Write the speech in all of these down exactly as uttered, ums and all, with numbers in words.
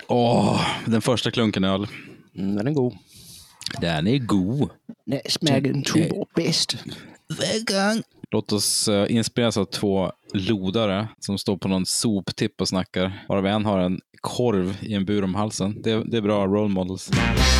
Åh, den första klunken öl. Mm, den är god. Den är god. Nej, smaken tror bäst. Låt oss uh, inspireras av två lodare som står på någon soptipp och snackar. Varav en har en korv i en bur om halsen. Det, det är bra role models.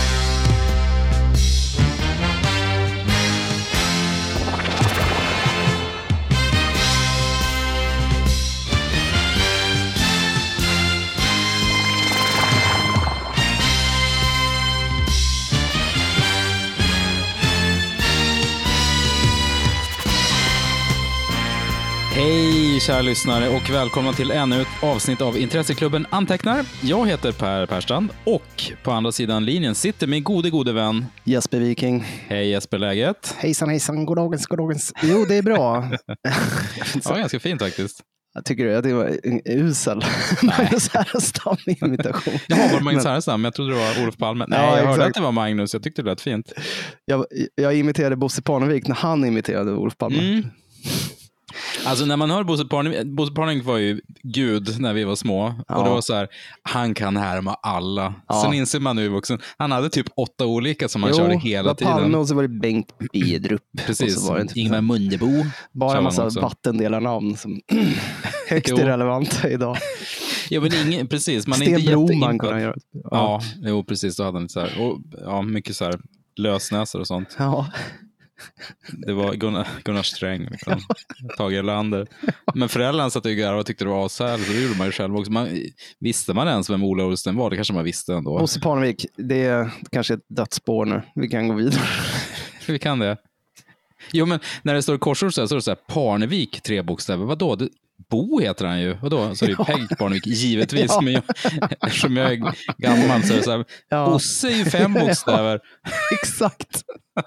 Hej kära lyssnare och välkomna till ännu ett avsnitt av Intresseklubben Antecknar. Jag heter Per Perstrand och på andra sidan linjen sitter min gode gode vän Jesper Viking. Hej Jesper, läget? Hejsan hejsan, goddagens, goddagens. Jo, det är bra. Ja, ganska fint faktiskt. Jag tycker att det var en usel Magnus Härenstam-imitation. Jaha, var det Magnus Härenstam? Jag trodde det var Olof Palme. Nej, ja, jag hörde exakt. Att det var Magnus. Jag tyckte det lät fint. Jag, jag imiterade Bosse Parnevik när han imiterade Olof Palme. Mm. Alltså när man hör Bosse Parnevik, Bosse Parnevik var ju gud när vi var små. Ja. Och det var så här, han kan härma alla. Ja. Sen inser man nu vuxen, han hade typ åtta olika som han jo, körde hela tiden. Palme och så var det Bengt Bidrup. Precis, och så var det inte Ingmar Mundebo. Bara en massa vattendelarnamn som högst irrelevanta idag. Ja, men ingen, precis. Man Sten är inte Broman kunde han göra. Ja, ja jo, precis. Då hade han lite så här, och, ja, mycket så här lösnäsor och sånt. Ja. Det var Gunnar, Gunnar Sträng liksom. Tage Erlander. Men föräldrarna satt ju och tyckte det var asärligt, så det gjorde man ju själv också. Man, visste man ens vem Ola Ullsten var? Det kanske man visste ändå. Bosse Parnevik, det är kanske ett dödsspår nu. Vi kan gå vidare. Vi kan det. Jo, men när det står korsord så, så är det så här, Parnevik, tre bokstäver. Vadå? Det, Bo heter han ju. Vadå? Så är det ju Peg Parnevik, givetvis. Ja. Men jag, eftersom jag är gammal så är det så här, ja. Bosse är ju fem bokstäver. Exakt.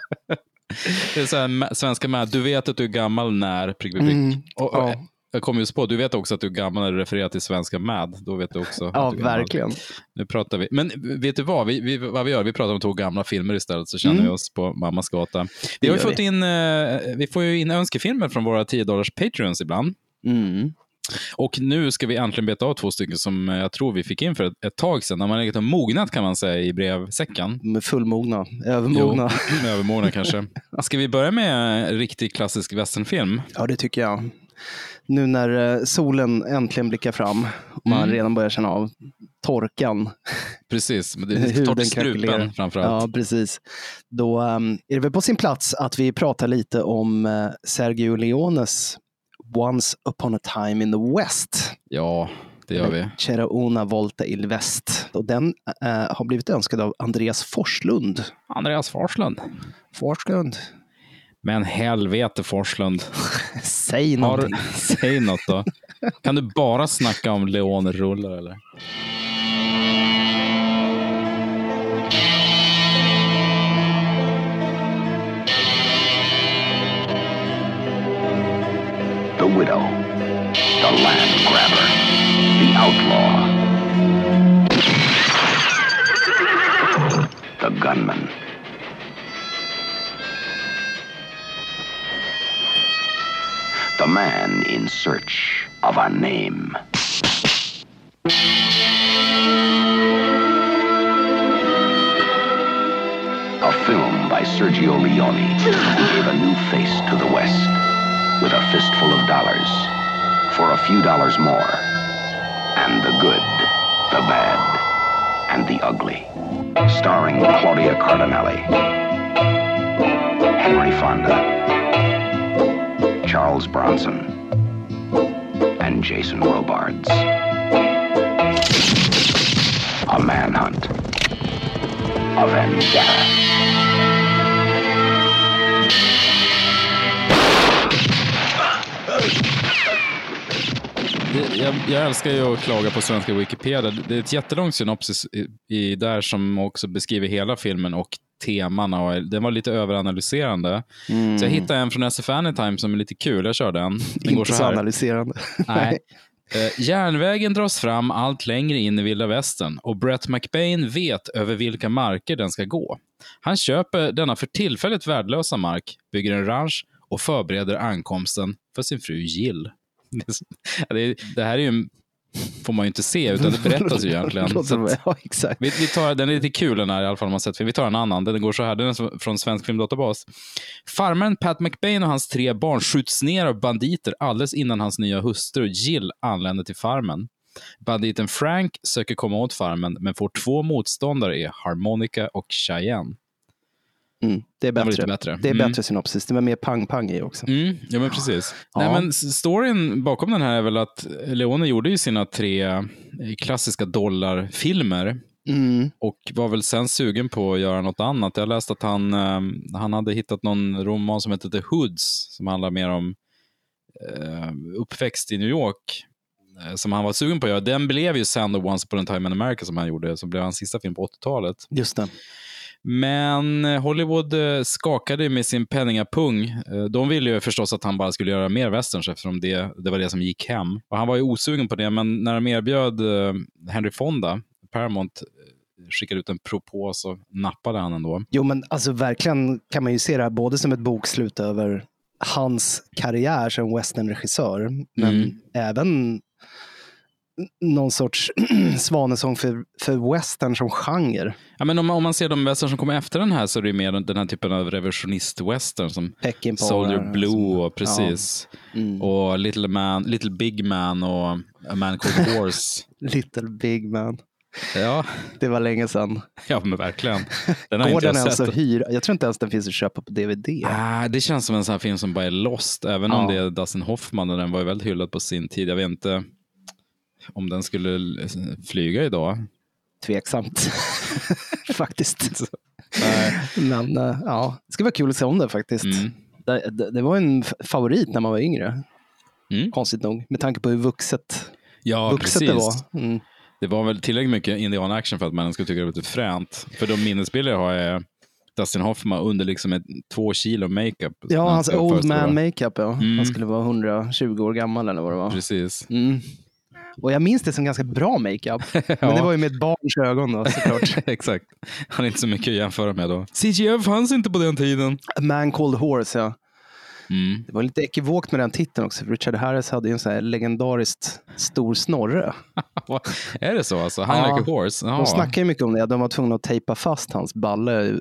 Det är så här, svenska med, du vet att du är gammal när prick, prick, prick. Mm, och, och, ja. Jag kommer just på, du vet också att du är gammal när du refererar till svenska med. Då vet du också. Ja, du verkligen. Nu pratar vi. Men vet du vad? Vi, vi, vad vi gör? Vi pratar om två gamla filmer istället, så känner mm. vi oss på Mammas gata. Vi har ju fått vi. in, vi får ju in önskefilmer från våra tio dollars Patreons ibland. Mm. Och nu ska vi äntligen beta av två stycken som jag tror vi fick in för ett, ett tag sedan. När man legat och mognat kan man säga i brevsäcken. Med fullmogna, övermogna. Jo, övermogna kanske. Ska vi börja med en riktig klassisk westernfilm? Ja, det tycker jag. Nu när solen äntligen blickar fram och man mm. redan börjar känna av torkan. Precis, men det är torrt strupen framförallt. Ja, precis. Då um, är det väl på sin plats att vi pratar lite om uh, Sergio Leones Once upon a time in the West. Ja, det gör vi. C'era una volta il West. Och den äh, har blivit önskad av Andreas Forslund. Andreas Forslund. Forslund. Men helvete Forslund. Säg någonting. Har, säg något då. Kan du bara snacka om Leone-rullar eller? The widow, the land grabber, the outlaw, the gunman. The man in search of a name. A film by Sergio Leone who gave a new face to the West. With a fistful of dollars, for a few dollars more, and the good, the bad, and the ugly. Starring Claudia Cardinale, Henry Fonda, Charles Bronson, and Jason Robards. A manhunt, a vendetta. Jag, jag älskar ju att klaga på svenska Wikipedia. Det är ett jättelångt synopsis i, i där som också beskriver hela filmen och teman. Och den var lite överanalyserande. Mm. Så jag hittade en från S F Anytime som är lite kul. Jag kör den. Den Inte går så, så här. analyserande. Nej. Uh, järnvägen dras fram allt längre in i vilda västern och Brett McBain vet över vilka marker den ska gå. Han köper denna för tillfället värdelösa mark, bygger en ranch och förbereder ankomsten för sin fru Jill. Det, det här är ju en får man ju inte se, utan det berättas ju egentligen. Så att, ja, exakt. Vi, vi tar, den är lite kul den här, i alla fall om man sett film. Vi tar en annan, den går så här, den är från Svensk Filmdatabas. Farmaren Pat McBain och hans tre barn skjuts ner av banditer alldeles innan hans nya hustru Jill anländer till farmen. Banditen Frank söker komma åt farmen, men får två motståndare i Harmonica och Cheyenne. Mm, det är bättre. bättre. Det är mm. bättre synopsis. Det var mer pang-pang i också. Mm, ja, men precis. Ja. Nej, men storyn bakom den här är väl att Leone gjorde ju sina tre klassiska dollarfilmer mm. och var väl sen sugen på att göra något annat. Jag läste att han, han hade hittat någon roman som heter The Hoods, som handlar mer om uh, uppväxt i New York, som han var sugen på att göra. Den blev ju sen The Once Upon a Time in America som han gjorde, som blev hans sista film på åttiotalet. Just det. Men Hollywood skakade med sin penningapung. De ville ju förstås att han bara skulle göra mer westerns, eftersom det, det var det som gick hem. Och han var ju osugen på det, men när de erbjöd Henry Fonda, Paramount, skickade ut en propå, så nappade han ändå. Jo, men alltså verkligen kan man ju se det här både som ett bokslut över hans karriär som westernregissör, men mm. även någon sorts svanesång för, för western som genre. Ja, men om, om man ser de western som kommer efter den här, så är det mer den här typen av revisionist-western som Soldier Blue som, och precis. Ja. Mm. Och Little Man, Little Big Man och A Man Called Horse. Little Big Man. Ja. Det var länge sedan. Ja, men verkligen. Den har Går inte den jag alltså sett. Hyra? Jag tror inte ens den finns att köpa på D V D. Ah, det känns som en sån här film som bara är lost. Även ja. om det är Dustin Hoffman, och den var ju väldigt hyllad på sin tid. Jag vet inte om den skulle flyga idag. Tveksamt. Faktiskt. Nej. Men ja, det ska vara kul att se om det faktiskt. Mm. Det, det, det var en favorit när man var yngre. Mm. Konstigt nog. Med tanke på hur vuxet, ja, vuxet precis. det var. Mm. Det var väl tillräckligt mycket indian action för att man skulle tycka det var lite fränt. För de minnesbilder jag har är Dustin Hoffman under liksom ett, två kilo makeup. Ja, hans old man makeup. Ja. Mm. Han skulle vara hundratjugo år gammal eller vad det var. Precis. Mm. Och jag minns det som ganska bra makeup. ja. Men det var ju med ett barns ögon då, såklart. Exakt. Han är inte så mycket att jämföra med då. C G I fanns inte på den tiden. A Man Called Horse, ja. Mm. Det var lite ekivokt med den titeln också. Richard Harris hade ju en sån här legendariskt stor snorre. Är det så alltså? Han ja. Like a horse? Jaha. De snackar ju mycket om det. De var tvungna att tejpa fast hans balle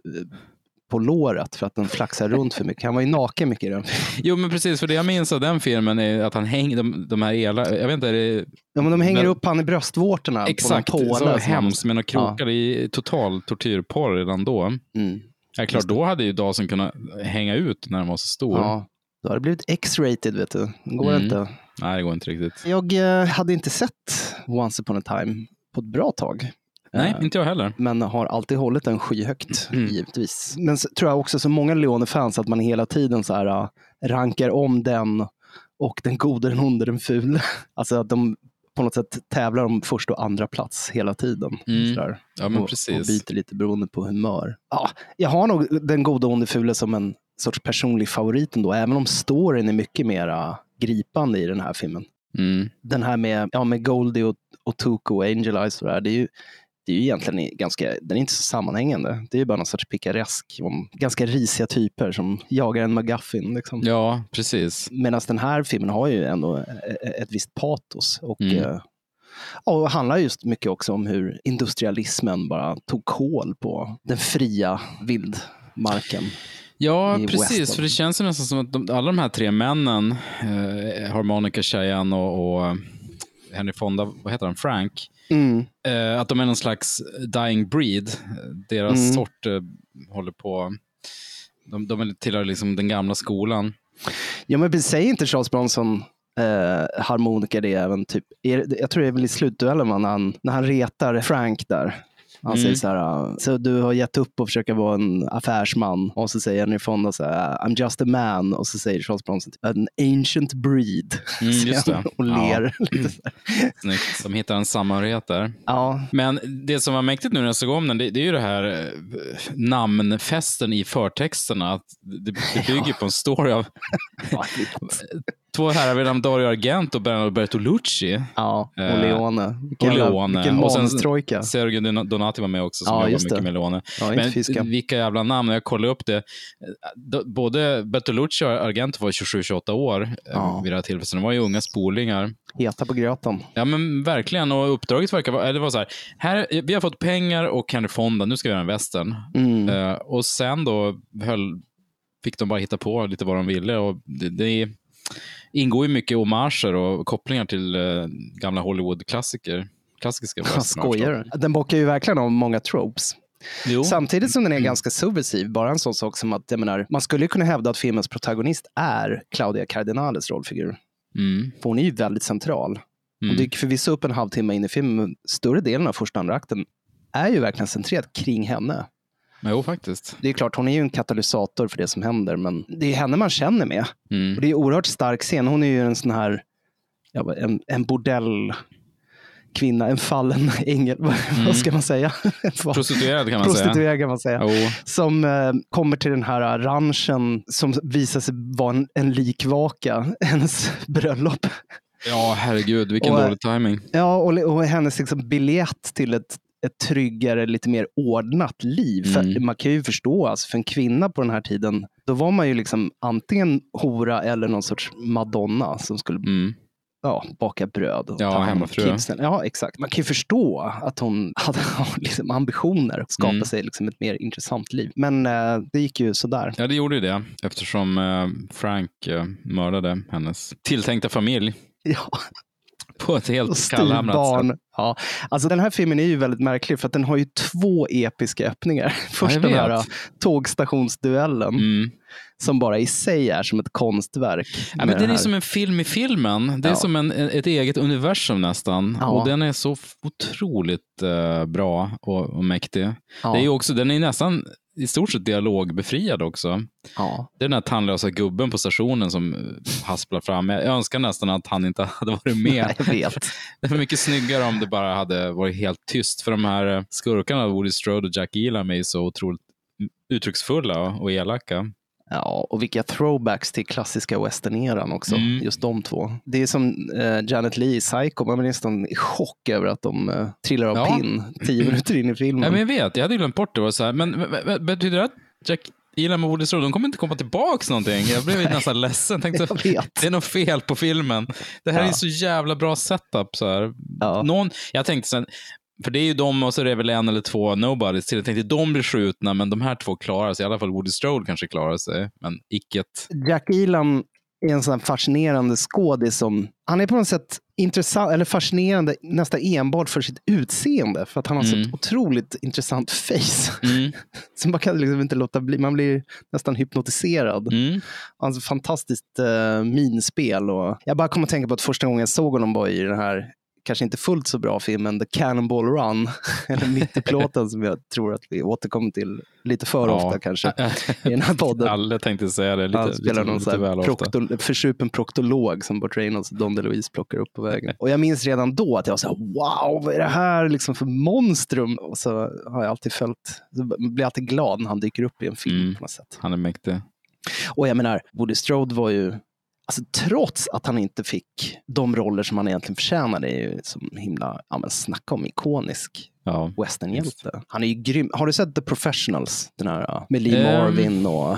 på låret för att den flaxar runt för mycket. Han var ju naken mycket i den filmen. Jo, men precis. För det jag minns av den filmen är att han hänger, de, de här ela, jag vet inte, är det... Ja, men de hänger men... upp han i bröstvårtorna. Exakt, på någon så hemskt med några krokar ja. i total tortyrporr redan då. Mm. Ja, klart, då hade ju Dawson kunnat hänga ut när den var så stor. Ja, då hade det blivit X-rated, vet du. Det går mm. inte. Nej, det går inte riktigt. Jag eh, hade inte sett Once upon a time på ett bra tag. Nej, inte jag heller. Men har alltid hållit den skyhögt, mm. givetvis. Men så, tror jag också så många Leone-fans att man hela tiden så här, uh, rankar om den och den gode, den onde, den ful. Alltså att de på något sätt tävlar om första och andra plats hela tiden. Mm. Så där. Ja, men och, precis. Och byter lite beroende på humör. Ja, jag har nog den gode, onde, fule som en sorts personlig favorit ändå. Även om storyn är mycket mer gripande i den här filmen. Mm. Den här med, ja, med Goldie och, och Tuco och Angel Eyes och det här, det är ju Det är ju egentligen ganska, den är inte så sammanhängande. Det är ju bara någon sorts picaresk om ganska risiga typer som jagar en McGuffin. Liksom. Ja, precis. Medan den här filmen har ju ändå ett visst patos. Och, mm. eh, och handlar just mycket också om hur industrialismen bara tog kål på den fria vildmarken. Ja, precis. Western. För det känns nästan som att de, alla de här tre männen, eh, Harmonica, Cheyenne och, och Henry Fonda, vad heter han? Frank. Mm. Eh, att de är någon slags dying breed. Deras mm. sort eh, håller på... De, de tillhör liksom den gamla skolan. Ja, men säger inte Charles Bronson eh, harmonika det även typ... Är, jag tror det är väl i slutduellen när han, när han retar Frank där. Han mm. säger så här, så du har gett upp och försöka vara en affärsman. Och så säger Henry Fonda så här, I'm just a man. Och så säger Charles Bronson, an ancient breed. Mm, just det. Och ler ja. lite så här. Snyggt. De hittar en samhörighet där. Ja. Men det som var mäktigt nu när jag såg om den, det, det är ju det här namnfesten i förtexterna. Att det, det bygger på en story av två herrar vid namn Dario Argento och Bernardo Bertolucci. Ja, och Leone. Vilken, och Leone. Vilken och sen manustrojka. Sergio Donati var med också som ja, jobbar mycket med Leone. Ja, men fiska. Vilka jävla namn, när jag kollade upp det. Både Bertolucci och Argento var tjugosju tjugoåtta år ja. vid det här tillfället. Så de var ju unga spolingar. Heta på gröten. Ja, men verkligen. Och uppdraget verkar vara, eller det var så här, här, vi har fått pengar och Henry Fonda, nu ska vi göra en western. Mm. Uh, och sen då höll, fick de bara hitta på lite vad de ville. Och det, det ingår ju mycket homager och kopplingar till uh, gamla Hollywood-klassiker. Klassiska western. Skojar. Den bockar ju verkligen om många tropes. Jo. Samtidigt som den är mm. ganska subversiv, bara en sån sak som att, jag menar, man skulle kunna hävda att filmens protagonist är Claudia Cardinales rollfigur. Mm. För hon är ju väldigt central. Mm. Och dyker förvisso upp en halvtimme in i filmen. Större delen av första andra akten är ju verkligen centrerat kring henne. Jo, faktiskt. Det är klart, hon är ju en katalysator för det som händer, men det är henne man känner med. Mm. Och det är en oerhört stark scen. Hon är ju en sån här, ja, en, en bordell kvinna, en fallen ängel, mm. vad ska man säga? Prostituerad kan man Prostituerad säga. kan man säga. Oh. Som eh, kommer till den här ranchen som visar sig vara en, en likvaka, hennes bröllop. Ja, herregud, vilken och, dålig timing. Ja, och, och hennes liksom biljett till ett, ett tryggare, lite mer ordnat liv. Mm. För man kan ju förstå, alltså, för en kvinna på den här tiden, då var man ju liksom antingen hora eller någon sorts madonna som skulle mm. ja, baka bröd. Och ja, hemmafru. Ja, exakt. Man kan ju förstå att hon hade liksom ambitioner att skapa mm. sig liksom ett mer intressant liv. Men eh, det gick ju sådär. Ja, det gjorde ju det. Eftersom eh, Frank eh, mördade hennes tilltänkta familj. Ja. På ett helt kallhamrat sätt. Ja. Alltså den här filmen är ju väldigt märklig för att den har ju två episka öppningar. Först ja, den här tågstationsduellen. Mm. Som bara i sig är som ett konstverk. Ja, men det är som en film i filmen. Det är ja. som en, ett eget universum nästan. Ja. Och den är så otroligt uh, bra och, och mäktig. Ja. Det är ju också, den är nästan i stort sett dialogbefriad också. Ja. Det är den här tandlösa gubben på stationen som hasplar fram. Jag önskar nästan att han inte hade varit med. Jag vet. Det är mycket snyggare om det bara hade varit helt tyst. För de här skurkarna, Woody Strode och Jack Elam, är så otroligt uttrycksfulla och elaka. Ja, och vilka throwbacks till klassiska western-eran också. Mm. Just de två. Det är som uh, Janet Leigh i Psycho. Man är nästan i chock över att de uh, trillar av ja. pinn tio minuter in i filmen. Ja, men jag vet, jag hade glömt bort det. Var så här. Men betyder det att Jack Elam och Woody Strode, de kommer inte komma tillbaka någonting? Jag blev nästan ledsen. Tänkte, det är något fel på filmen. Det här ja. är så jävla bra setup. Så här. Ja. Någon, jag tänkte sen, för det är ju de och så är det väl en eller två nobodies till. Jag tänkte de blir skjutna, men de här två klarar sig. I alla fall Woody Strode kanske klarar sig, men icke. Jack Elam är en sån fascinerande skådis som, han är på något sätt intressant, eller fascinerande nästan enbart för sitt utseende. För att han har mm. så otroligt intressant face. Mm. Så man kan liksom inte låta bli, man blir nästan hypnotiserad. Mm. Han har fantastiskt uh, minspel. Och jag bara kommer att tänka på att första gången jag såg honom var i den här kanske inte fullt så bra filmen The Cannonball Run, eller nittio-plåten som jag tror att vi återkommer till lite för ja. ofta kanske i den här podden. Alla tänkte säga det lite, han spelar lite, någon lite väl proktol- ofta. Försupen proktolog som Burt Reynolds och Don DeLuise plockar upp på vägen. Och jag minns redan då att jag var så här: wow, vad är det här liksom för monstrum? Och så har jag alltid följt, så blir jag alltid glad när han dyker upp i en film mm. på något sätt. Han är mäktig. Och jag menar, Woody Strode var ju, alltså, trots att han inte fick de roller som han egentligen förtjänade, är ju som himla, ja, men snacka om ikonisk ja, westernhjälte. Han är ju grym. Har du sett The Professionals? Den här med Lee um, Marvin och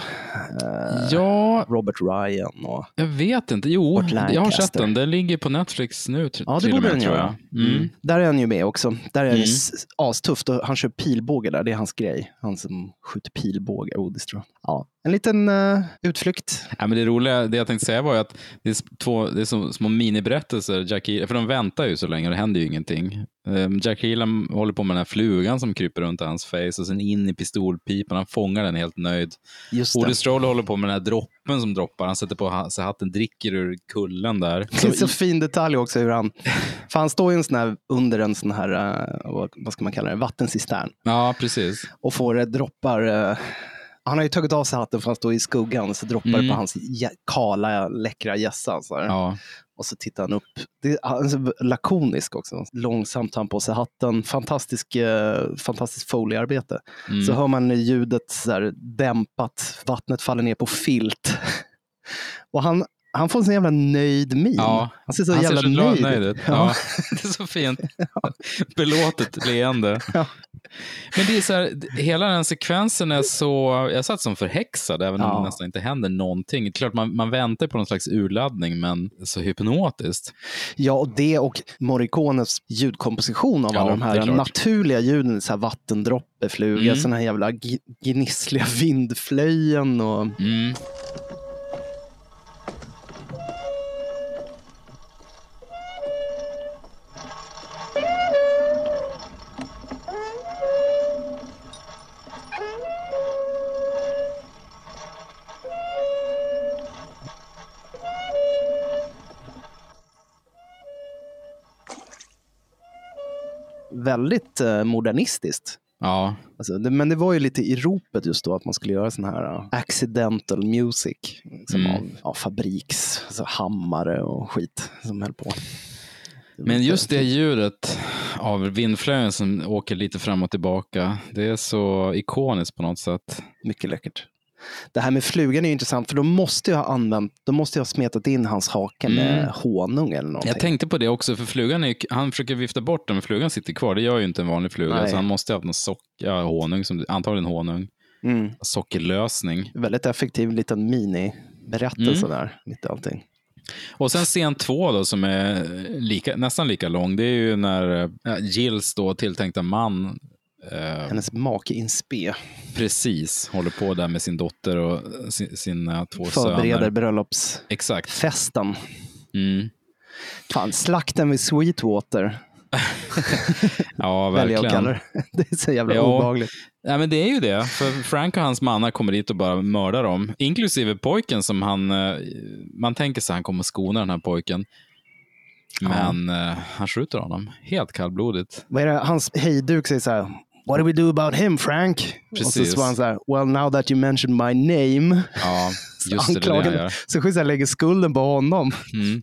uh, ja, Robert Ryan och jag vet inte. Jo, jag har sett den. Den ligger på Netflix nu. T- ja, det borde den göra. Mm. Mm. Där är han ju med också. Där är mm. det astufft och han kör pilbåge där. Det är hans grej. Han som skjuter pilbågar. Oh, ja. En liten uh, utflykt. Ja, men det roliga, det jag tänkte säga var ju att det är, två, det är som små miniberättelser. Jackie, för de väntar ju så länge och det händer ju ingenting. Um, Jack Elam håller på med den här flugan som kryper runt hans face och sen in i pistolpipan. Han fångar den helt nöjd. Woody Strode håller på med den här droppen som droppar. Han sätter på sig hatten, dricker ur kullen där. Det är så fin detalj också hur han, för han står ju en sån här, under en sån här, uh, vad ska man kalla det, vattencistern. Ja, precis. Och får uh, droppar... Uh, han har ju tagit av sig hatten för att stå i skuggan, så droppar det mm. på hans jä- kala, läckra gässa. Så ja. Och så tittar han upp. Det är alltså lakonisk också. Långsamt tar han på sig hatten. Fantastisk, eh, fantastisk foliearbete. Mm. Så hör man ljudet så här dämpat. Vattnet faller ner på filt. Och han, han får en så jävla nöjd min. Ja, han ser så han jävla ser så nöjd. nöjd ut. Ja. Ja, det är så fint. Belåtet leende. Ja. Men det är så här, hela den sekvensen är så, jag satt som förhäxad även om ja. det nästan inte händer någonting. Klart man, man väntar på någon slags urladdning, men så hypnotiskt. Ja, och det och Morricones ljudkomposition av ja, alla de här naturliga ljuden, så här vattendroppe, fluga, mm. såna här jävla gnissliga vindflöjen och... Mm. Väldigt eh, modernistiskt. Ja. Alltså, det, men det var ju lite i ropet just då att man skulle göra sån här uh, accidental music liksom mm. av, av fabriks, alltså hammare och skit som höll på. Men just det ljudet av vindflöjen som åker lite fram och tillbaka, det är så ikoniskt på något sätt. Mycket läckert. Det här med flugan är ju intressant, för då måste jag ha använt, då måste jag ha smetat in hans hake med mm. honung eller någonting. Jag tänkte på det också, för flugan är, han försöker vifta bort den, men flugan sitter kvar. Det gör ju inte en vanlig fluga, Nej. så han måste ha haft någon sock, ja, honung, som, antagligen honung. Mm. Sockerlösning. Väldigt effektiv liten mini-berättelse mm. där, mitt i allting. Och sen scen två då, som är lika, nästan lika lång, det är ju när äh, Jills då tilltänkta man Uh, hennes make in spe. Precis, håller på där med sin dotter och sin, sina två söner. Förbereder bröllopsfesten. Mm. Fan, slakten vid Sweetwater. Ja, verkligen. Det är så jävla ja. obehagligt. Ja, men det är ju det. För Frank och hans mannar kommer dit och bara mördar dem. Inklusive pojken som han... Man tänker sig att han kommer skona den här pojken. Men ja. uh, han skjuter honom. Helt kallblodigt. Vad är det? Hans hejduk säger så här... What do we do about him, Frank? Precis. Och så svarar han så här, well, now that you mentioned my name. Ja, just det, det är det. Så skjuter jag lägger skulden på honom. Mm.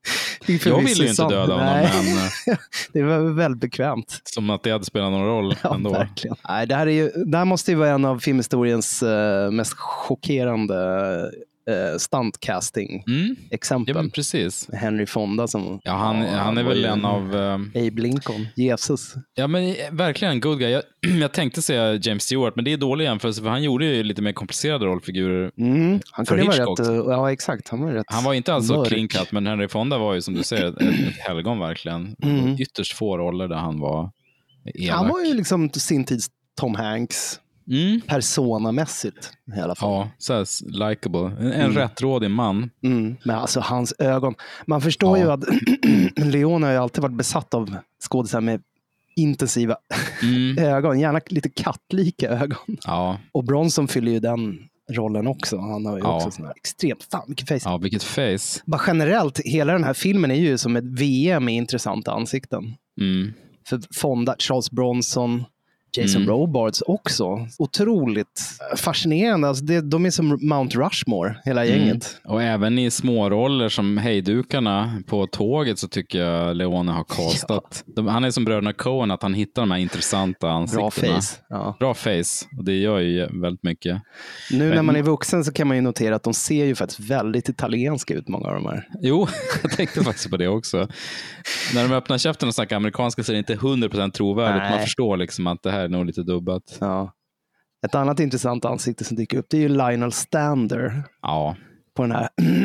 Jag ville ju inte döda honom, Nej. men... det var väldigt bekvämt. Som att det hade spelat någon roll ja, ändå. Verkligen. Nej, det här, är ju, det här måste ju vara en av filmhistoriens uh, mest chockerande uh, stuntcasting-exempel. Mm. Ja, precis. Henry Fonda som... Ja, han, ja, han är väl en av... Uh... Abe Lincoln, Jesus. Ja, men verkligen en good guy. Jag, jag tänkte säga James Stewart, men det är dålig jämförelse, för han gjorde ju lite mer komplicerade rollfigurer mm. han för Hitchcock. Rätt, ja, exakt. Han var, rätt han var inte alls så clean cut, men Henry Fonda var ju, som du säger, ett, ett helgon verkligen. Mm. Ytterst få roller där han var elak. Han var ju liksom sin tids Tom Hanks. Mm. Personamässigt i alla fall. Ja, så här likable. En, en mm. rättrådig man. Mm. Men alltså hans ögon. Man förstår ja. ju att Leone har ju alltid varit besatt av skådespelare med intensiva mm. ögon. Gärna lite kattlika ögon. Ja. Och Bronson fyller ju den rollen också. Han har ju ja. också sån här extremt, fan vilket face. Ja, vilket face. Bara generellt, hela den här filmen är ju som ett V M med intressanta ansikten. Mm. För Fonda, Charles Bronson, Jason mm. Robards också. Otroligt fascinerande. Alltså det, de är som Mount Rushmore, hela gänget. Mm. Och även i små roller som hejdukarna på tåget så tycker jag Leone har castat. Ja. De, han är som bröderna Coen, att han hittar de här intressanta ansiktena. Bra face. Ja. Bra face. Och det gör ju väldigt mycket. Nu när man är vuxen så kan man ju notera att de ser ju faktiskt väldigt italienska ut, många av de här. Jo, jag tänkte faktiskt på det också. När de öppnar käften och snackar amerikanska så är det inte hundra procent trovärdigt. Nej. Man förstår liksom att det här är nog lite dubbat. Ja. Ett annat intressant ansikte som dyker upp, det är ju Lionel Stander. Ja. På den här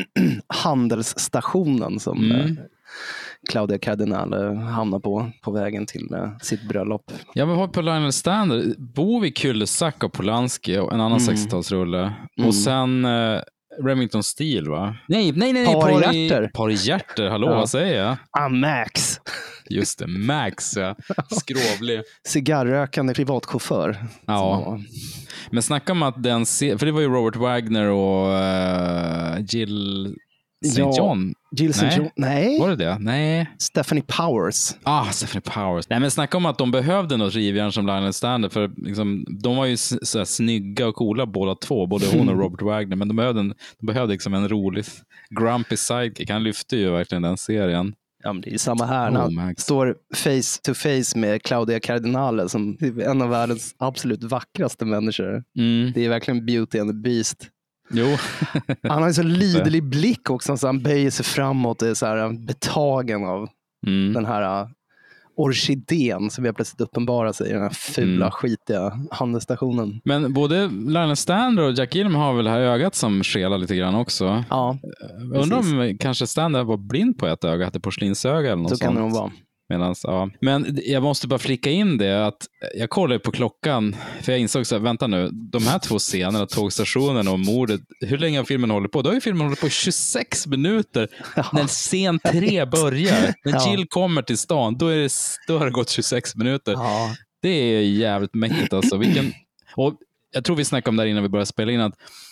handelsstationen som mm. Claudia Cardinale hamnar på på vägen till sitt bröllop. Ja, men har på Lionel Stander, bor vi Kullsack och Polanski och en annan mm. sextiotalsrulle. Mm. Och sen eh, Remington Steele, va? Nej, nej, nej. Par i hjärter. Par i hjärter, hallå, ja. Vad säger jag? Ah, Max. Just det, Max, ja. Skrovlig. Cigarrökande privatchaufför. Ja. Men snacka om att den, se- för det var ju Robert Wagner och uh, Jill Saint John. Ja, Jill Saint John. Nej. Var det det? Nej. Stephanie Powers. Ah, Stephanie Powers. Nej, men snacka om att de behövde något rivjärn som Lionel Stander, för liksom, de var ju så här snygga och coola båda två, både hon och Robert Wagner, men de behövde, en, de behövde liksom en rolig grumpy sidekick. Han lyfte ju verkligen den serien. Ja, men det är samma här. När han oh, står face to face med Claudia Cardinale som är en av världens absolut vackraste människor. Mm. Det är verkligen Beauty and the Beast. Jo. Han har en så liderlig blick också, så han böjer sig framåt och är så här betagen av mm. den här orkidén som vi har plötsligt uppenbara sig i den här fula, mm. skitiga handelsstationen. Men både Lionel Stander och Jack Gilliam har väl det här ögat som skelar lite grann också. Ja, undrar om kanske Stander var blind på ett öga, hade porslinsöga eller något så sånt. kan det nog vara. Medans, ja. Men jag måste bara flika in det att jag kollade på klockan för jag insåg så här, vänta nu, de här två scenerna, tågstationen och mordet, hur länge har filmen hållit på? Då har ju filmen hållit på i tjugosex minuter ja. När scen tre börjar. När ja. Jill kommer till stan, då, är det, då har det gått tjugosex minuter. Ja. Det är jävligt mäktigt alltså. Vilken, och jag tror vi snackade om det innan vi började spela in att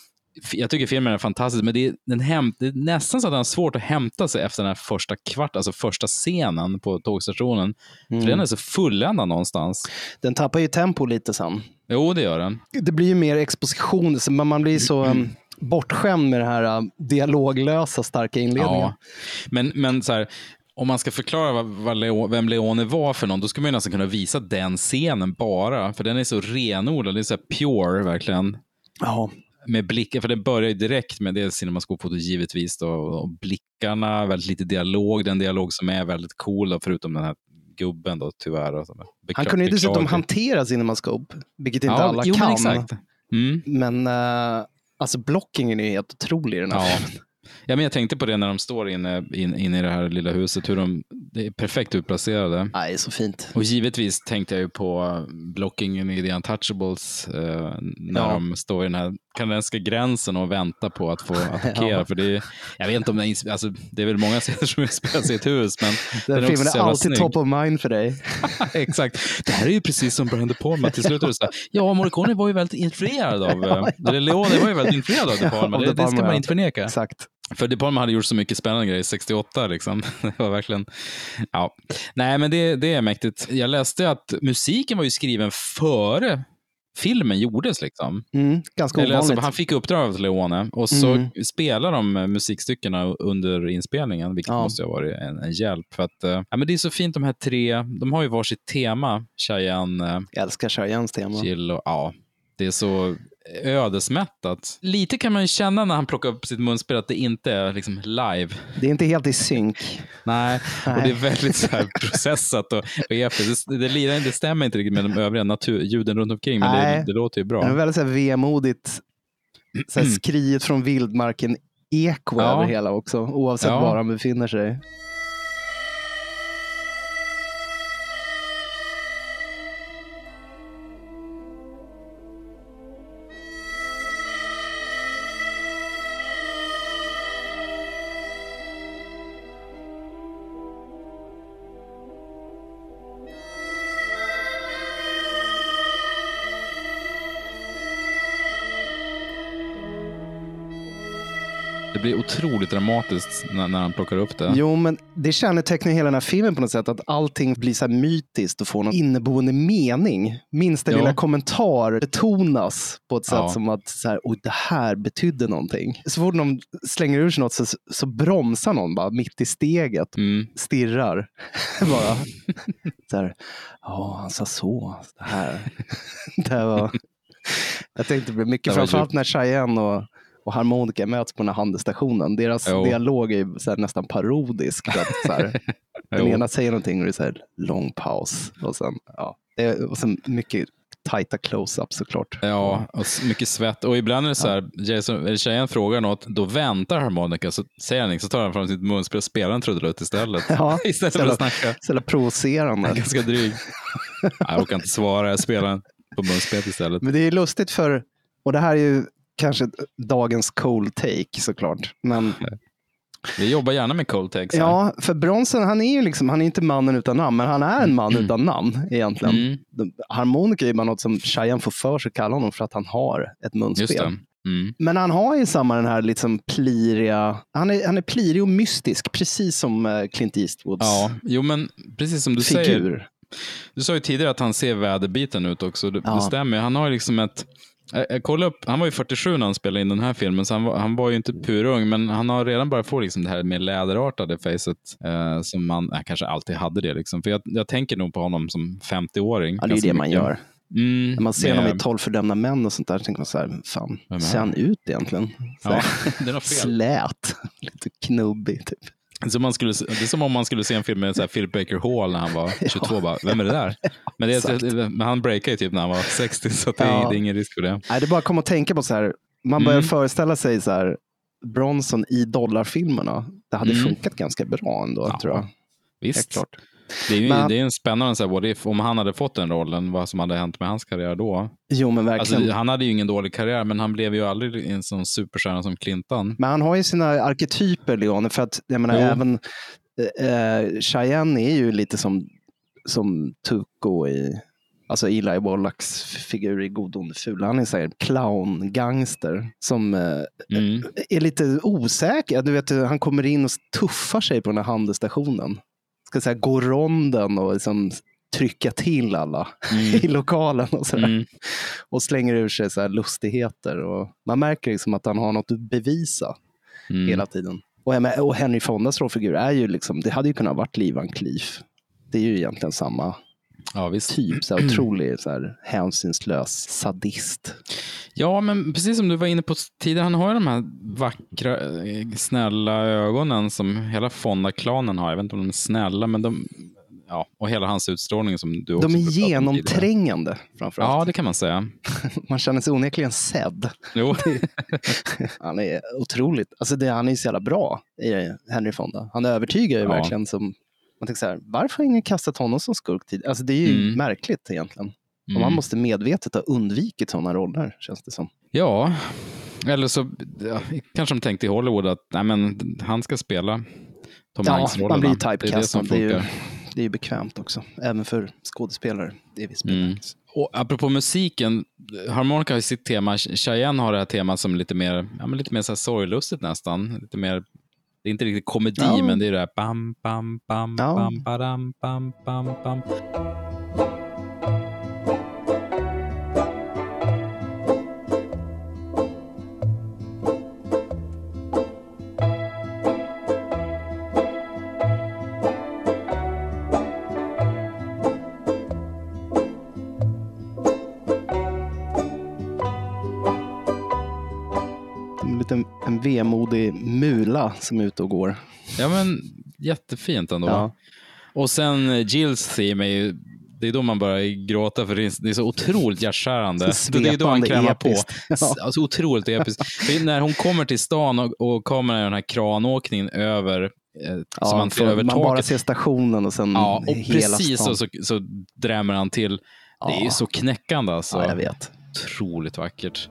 jag tycker filmen är fantastisk, men det är, den hämt, det är nästan så att den har svårt att hämta sig efter den här första kvart, alltså första scenen på tågstationen. Mm. För den är så fulländad någonstans. Den tappar ju tempo lite sen. Jo, det gör den. Det blir ju mer exposition, så man blir så mm. um, bortskämd med det här uh, dialoglösa, starka inledningen. Ja. Men, men så här, om man ska förklara vad, vad Leo, vem Leone var för någon, då skulle man ju nästan kunna visa den scenen bara, för den är så renodlad, det är så här pure verkligen. Ja. Med blickar, för det börjar ju direkt med det cinemascope-foto givetvis då, och blickarna, väldigt lite dialog, den dialog som är väldigt cool då, förutom den här gubben då tyvärr. Då, bekla- han kunde ju dessutom hantera cinemascope, vilket inte ja, alla jo, kan. Exakt. Mm. Men uh, alltså blockingen är helt otrolig i den här ja. filmen. Ja, men jag tänkte på det när de står inne, in, inne i det här lilla huset, hur de det är perfekt utplacerade. Nej, det är så fint. Och givetvis tänkte jag ju på blockingen i The Untouchables eh, när ja. de står i den här kanadensiska gränsen och väntar på att få attackera. Ja. För det är, jag vet inte om det är, alltså, det är väl många scener som utspelar sig i ett hus, men den den filmen är alltid snygg. Top of mind för dig. Exakt. Det här är ju precis som Brian De Palma. Till slut är det så här, ja, Morricone var ju väldigt influerad av, ja, ja. eller Leone var ju väldigt influerad av De Palma. Det, det ska man inte förneka. Exakt. För De Palma hade gjort så mycket spännande grejer sextioåtta liksom. Det var verkligen, ja. Nej, men det, det är mäktigt. Jag läste att musiken var ju skriven före filmen gjordes liksom. Mm, ganska ovanligt. Alltså, han fick uppdrag av Leone och så mm. spelar de musikstyckena under inspelningen, vilket ja. måste ha varit en, en hjälp. För att, uh, ja, men det är så fint, de här tre, de har ju varsitt tema. Cheyenne, uh, jag älskar Cheyennes tema. Jill och, ja, det är så ödesmättat. Lite kan man ju känna när han plockar upp sitt munspel att det inte är liksom live. Det är inte helt i synk. Nej, Nej. Och det är väldigt så här processat och, och episkt. Det, det, det stämmer inte riktigt med de övriga natur, ljuden runt omkring, men det, det låter ju bra. Det är väldigt så här vemodigt, så här skriet från vildmarken eko ja. över hela också, oavsett ja. var han befinner sig. Det blir otroligt dramatiskt när, när han plockar upp det. Jo, men det kännetecknar hela den här filmen på något sätt, att allting blir så här mytiskt och får någon inneboende mening. Minsta ja. lilla kommentar betonas på ett sätt ja. som att så här, oj, det här betydde någonting. Så fort någon slänger ur sig något så, så bromsar någon bara mitt i steget, mm. stirrar. bara så här, ja, han sa så. Det här, det här var... Jag tänkte det blir mycket, framförallt när Cheyenne och och harmonika möts på den här handelsstationen. Deras jo. dialog är ju så här nästan parodisk. Att, så här, den ena säger någonting och det är så här lång paus. Och sen, ja, det är, och sen mycket tajta close-up såklart. Ja, och mycket svett. Och ibland är det så här, Jason, tjejen frågar något, då väntar harmonika, så säger han så tar han fram sitt munspel och spelar en trudelutt istället. Ja, istället för att snacka. Så provocerande. Ganska dryg. Jag orkar inte svara, jag spelar på munspelet istället. Men det är lustigt för, och det här är ju kanske dagens cold take såklart. Men vi jobbar gärna med cold takes. Ja, för Bronson, han är ju liksom, han är inte mannen utan namn, men han är en man mm. utan namn egentligen. Mm. Harmonika är ju bara något som Cheyenne får för sig kalla honom för att han har ett munspel. Mm. Men han har ju samma den här liksom pliriga, han är, han är plirig och mystisk, precis som Clint Eastwoods. Ja, jo men precis som du figur. säger. Du sa ju tidigare att han ser väderbiten ut också. Det, ja. det stämmer. Han har ju liksom ett Jag, jag kollade upp, han var ju fyrtiosju när han spelade in den här filmen, så han var, han var ju inte purung, men han har redan börjat få liksom det här med läderartade facet eh, som man eh, kanske alltid hade det liksom. För jag, jag tänker nog på honom som femtio-åring. Ja, det är det man gör. Mm, när man ser honom i tolv fördömda män och sånt där, tänker man så här, fan, ser han ut egentligen? Så ja, det är något fel. Slät, lite knubbig typ. Så man skulle, det är som om man skulle se en film med så här Philip Baker Hall när han var tjugotvå. Ja. Bara, vem är det där? Men, det, men han breakade ju typ när han var sextio, så det, ja. det är ingen risk för det. Nej, det är bara att komma och tänka på så här, man börjar mm. föreställa sig så här, Bronson i dollarfilmerna. Det hade mm. funkat ganska bra ändå, ja. tror jag. Visst. Klart. Det är ju men, det är en spännande så här, what if, om han hade fått den rollen, vad som hade hänt med hans karriär då. Jo, men verkligen. Alltså, han hade ju ingen dålig karriär, men han blev ju aldrig en sån superstjärna som Clinton. Men han har ju sina arketyper, Leon, för att jag menar, jo. även äh, Cheyenne är ju lite som, som Tuco i, alltså Eli Wallachs figur i God, ond, ful. Han är så här clown-gangster som äh, mm. är lite osäker. Du vet, han kommer in och tuffar sig på den här handelsstationen. Ska säga, gå ronden och liksom trycka till alla mm. i lokalen och sådär. Mm. Och slänger ur sig så här lustigheter. Och man märker liksom att han har något att bevisa mm. hela tiden. Och, och Henry Fondas rollfigur är ju liksom, det hade ju kunnat varit Lee Van Cleef. Det är ju egentligen samma ja, visst. typ. Så här, otrolig så här, hänsynslös sadist. Ja, men precis som du var inne på tidigare, han har ju de här vackra, snälla ögonen som hela Fonda-klanen har. Jag vet inte om de är snälla, men de, ja, och hela hans utstrålning som du också de är genomträngande framförallt. Ja, det kan man säga. Man känner sig onekligen sedd. Jo. Han är otroligt, alltså det, han är ju så jävla bra i Henry Fonda. Han övertygar ju ja. verkligen som, man tänker så här, varför har ingen kastat honom som skurk tid? Alltså det är ju mm. märkligt egentligen. Mm. Och man måste medvetet ha undvikit sådana roller, känns det som. Ja, eller så ja, kanske de tänkte i Hollywood att nej, men han ska spela Tom Hanks-rollerna. Ja, man blir ju typecastad. Det, det, det, det är ju bekvämt också, även för skådespelare. Det är vi spelar. Mm. Och apropå musiken, Harmonica har sitt tema, Cheyenne har det här temat som lite mer, ja, men lite mer så här sorglustigt nästan, lite mer. Det är inte riktigt komedi, ja. men det är det här bam, bam, bam, ja. bam, badam, bam, bam, bam. En, en vemodig mula som är ute och går. Ja, men jättefint ändå. Ja. Och sen Jills theme är ju, det är då man börjar gråta för det är så otroligt hjärtskärande. Så det är då han krämar episkt. på. Ja. Alltså otroligt episkt. För när hon kommer till stan och, och kommer den här kranåkningen över eh, ja, som man ser över man taket. bara ser stationen och sen ja, och hela precis stan. så, så, så drämmer han till. Ja. Det är ju så knäckande alltså. Ja, jag vet. Otroligt vackert.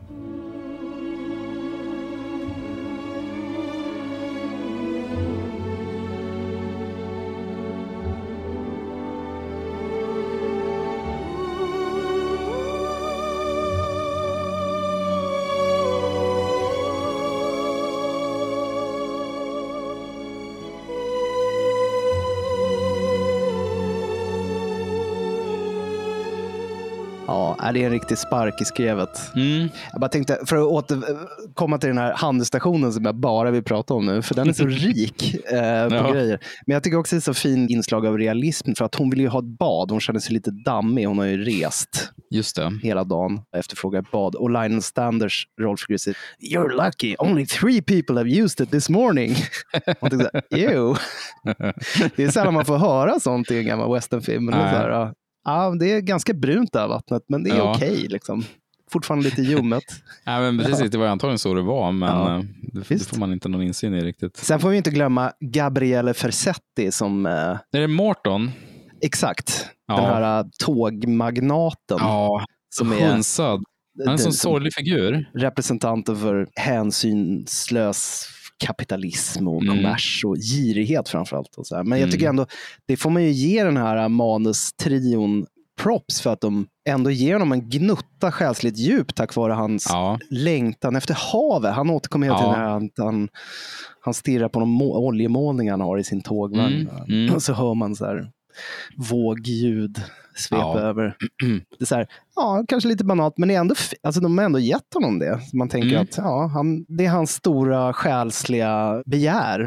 Ja, det är en riktig spark i skrevet. Mm. Jag bara tänkte, för att återkomma till den här handelsstationen som jag bara vill prata om nu, för den är så rik eh, på ja. grejer. Men jag tycker också det är så fin inslag av realism, för att hon vill ju ha ett bad. Hon känner sig lite dammig. Hon har ju rest Just det. hela dagen efterfrågar ett bad. Och Lionel Standers rollfigur säger, you're lucky, only three people have used it this morning. Och jag tänkte, ew. Det är sällan man får höra sånt i en gammal westernfilm. Ja. Ja, det är ganska brunt där vattnet, men det är ja. okej liksom. Fortfarande lite ljummet. Ja, men precis, det var antagligen så det var, men ja. det, det får man inte någon insyn i riktigt. Sen får vi inte glömma Gabriele Ferzetti som... Är det Morton? Exakt. Ja. Den här tågmagnaten. Ja, som är hunsad. Han är en sån sorglig figur. Representanter för hänsynslös kapitalism och mm. kommers och girighet framförallt. Och så här. Men jag tycker ändå, det får man ju ge den här manustrion props för att de ändå ger honom en gnutta själsligt djup tack vare hans ja. längtan efter havet. Han återkommer hela tiden ja. att han, han stirrar på de må- oljemålningar han har i sin tågvagn. Mm. Mm. Och så hör man så här vågljud svepa ja. över. Det är så här, ja, kanske lite banalt, men det är ändå, alltså de har ändå gett honom det. Så man tänker mm. att ja, han, det är hans stora själsliga begär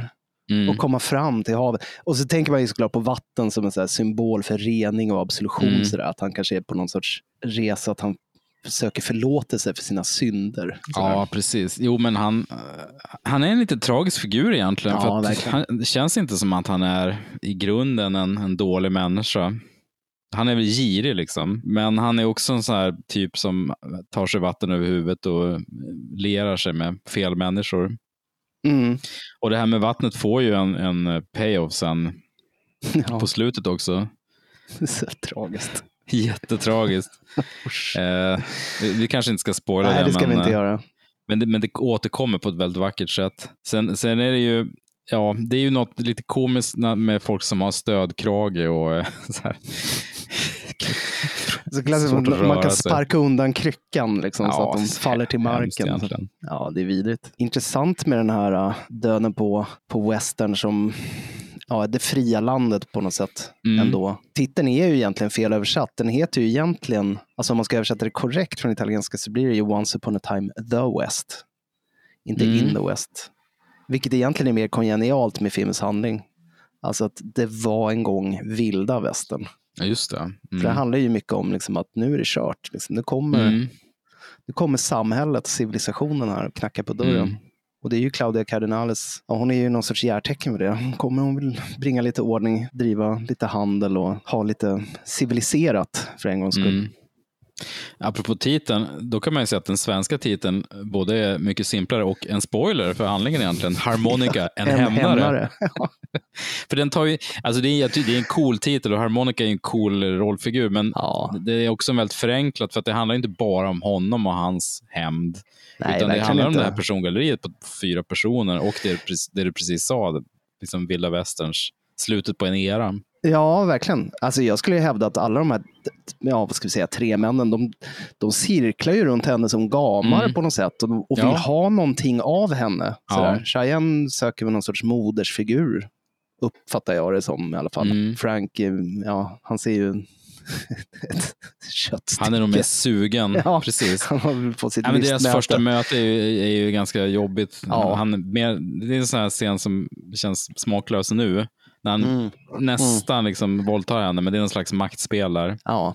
Mm. Och komma fram till havet. Och så tänker man ju såklart på vatten som en så här symbol för rening och absolution. Mm. Så där, att han kanske är på någon sorts resa, att han söker förlåtelse för sina synder. Ja, precis. Jo, men han, han är en lite tragisk figur egentligen. Ja, för att han, det känns inte som att han är i grunden en, en dålig människa. Han är väl girig liksom. Men han är också en sån här typ som tar sig vatten över huvudet och lerar sig med fel människor. Mm. Och det här med vattnet får ju en, en payoff sen ja. På slutet också. Så tragiskt. Jättetragiskt. eh, vi, vi kanske inte ska spoila det. Nej, det ska men, vi inte göra. Men det, men det återkommer på ett väldigt vackert sätt. Sen, sen är det ju ja, det är ju något lite komiskt med folk som har stödkrage och så här. Så klassiskt, man, man kan sparka undan kryckan liksom, ja, så att de faller till marken. Ja, det är vidrigt. Intressant med den här uh, döden på, på western som ja, det fria landet på något sätt mm. ändå. Titeln är ju egentligen fel översatt. Den heter ju egentligen, alltså om man ska översätta det korrekt från italienska så blir det ju Once upon a time the West. Inte mm. in the West. Vilket egentligen är mer kongenialt med filmens handling. Alltså att det var en gång vilda västern. Ja, just det. Mm. För det handlar ju mycket om liksom, att nu är det kört. Liksom. Nu, kommer, mm. nu kommer samhället, civilisationen här och knackar på dörren. Mm. Och det är ju Claudia Cardinales. Ja, hon är ju någon sorts järtecken med det. Hon kommer hon vill bringa lite ordning, driva lite handel och ha lite civiliserat för en gångs skull. Mm. Apropå titeln, då kan man ju säga att den svenska titeln både är mycket simplare och en spoiler för handlingen egentligen. Harmonica, en, en hämnare. hämnare. För den tar ju, alltså det är, det är en cool titel och Harmonica är en cool rollfigur, men ja. Det är också väldigt förenklat för att det handlar inte bara om honom och hans hämnd. Nej, utan det handlar inte om det här persongalleriet på fyra personer och det, det du precis sa, liksom vilda västerns, slutet på en era. Ja, verkligen. Alltså jag skulle ju hävda att alla de här, ja, vad ska vi säga, tre männen, de, de cirklar ju runt henne som gamar mm. på något sätt och, och vill ja. ha någonting av henne. Ja. Cheyenne söker väl någon sorts modersfigur, uppfattar jag det som i alla fall. Mm. Frank, ja, han ser ju ett köttstycke. Han är nog mest sugen, ja, precis. Han har fått sitt ja, men deras möte. Första möte är ju, är ju ganska jobbigt. Ja. Han, mer, det är en sån här scen som känns smaklös nu. När han mm. nästan mm. liksom våldtar henne, men det är en slags maktspel där. Ja.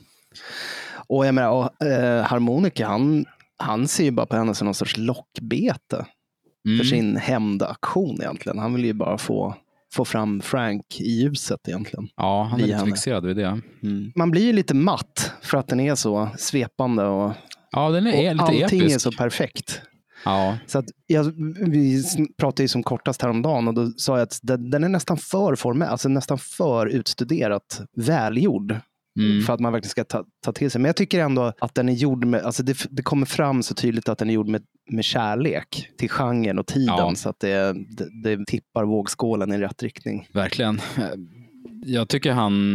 Och jag menar, och, eh, Harmonica, han, han ser ju bara på henne som någon sorts lockbete mm. för sin hämndaktion egentligen. Han vill ju bara få, få fram Frank i ljuset egentligen. Ja, han är lite fixerad vid det. Mm. Man blir ju lite matt för att den är så svepande och, ja, den är, är lite allting episk. Är så perfekt. Ja. Så att jag, vi pratade ju som kortast häromdagen och då sa jag att den, den är nästan för formell, alltså nästan för utstuderat välgjord mm. för att man verkligen ska ta, ta till sig. Men jag tycker ändå att den är gjord med, alltså det, det kommer fram så tydligt att den är gjord med, med kärlek till genren och tiden, ja. Så att det, det, det tippar vågskålen i rätt riktning. Verkligen. Jag tycker han...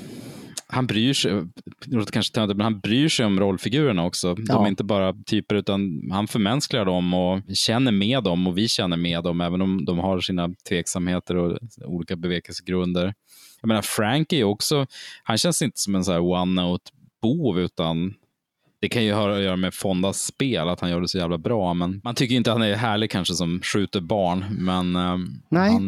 Han bryr sig, kanske men han bryr sig om rollfigurerna också. De ja. är inte bara typer utan han förmänskligar dem och känner med dem och vi känner med dem även om de har sina tveksamheter och olika bevekelsegrunder. Jag menar Frank är också, han känns inte som en så här one-note-bov utan det kan ju ha att göra med Fondas spel att han gör det så jävla bra, men man tycker inte att han är härlig kanske som skjuter barn, men Nej. han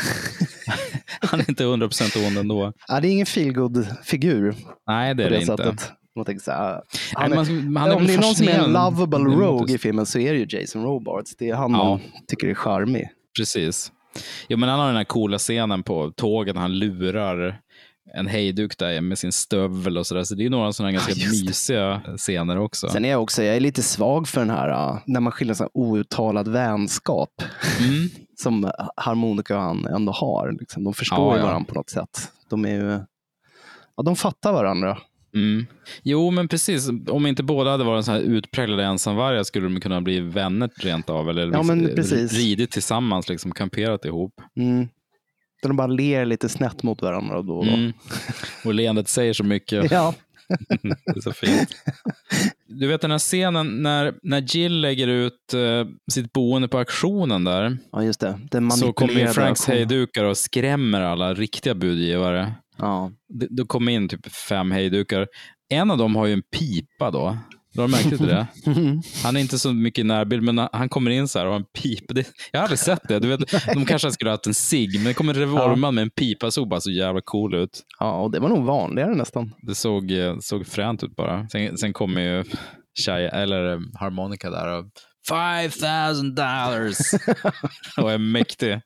han är inte hundra procent ond ändå. Ja, det är ingen feel-good-figur. Nej, det är det, det inte. Man tänker så här, han är, man, han är om det är någon som är en lovable rogue i filmen så är det ju Jason Robards. Det är han ja. man tycker är charmig. Precis. Jo, men han har den här coola scenen på tåget när han lurar en hejduk där med sin stövel och sådär. Så det är några sådana ganska ja, mysiga scener också. Sen är jag också, jag är lite svag för den här, när man skiljer sån outtalad vänskap mm. som Harmonica och han ändå har. Liksom. De förstår ja, ja. varandra på något sätt. De är ju, ja, de fattar varandra. Mm. Jo, men precis. Om inte båda hade varit så här utpräglade ensamvargar skulle de kunna bli vänner rent av. Eller ja, men precis. ridit tillsammans, liksom kamperat ihop. Mm. De bara ler lite snett mot varandra då och då. Mm. Och leendet säger så mycket. Ja. Det är så fint. Du vet den här scenen när, när Jill lägger ut uh, sitt boende på auktionen där. Ja, just det. Den så kommer Franks hejdukar och skrämmer alla riktiga budgivare. Ja. Det, då kommer in typ fem hejdukar. En av dem har ju en pipa då. Du har märkt det? Han är inte så mycket i närbild, men han kommer in så här och har en pipa. Det, jag har aldrig sett det. Du vet, de kanske skulle ha haft en cigg, men det kommer en revolverman ja. med en pipa, såg bara så jävla cool ut. Ja, och det var nog vanligare nästan. Det såg, såg fränt ut bara. Sen, sen kommer ju Shia, eller harmonika där och five thousand dollars och är mäktig.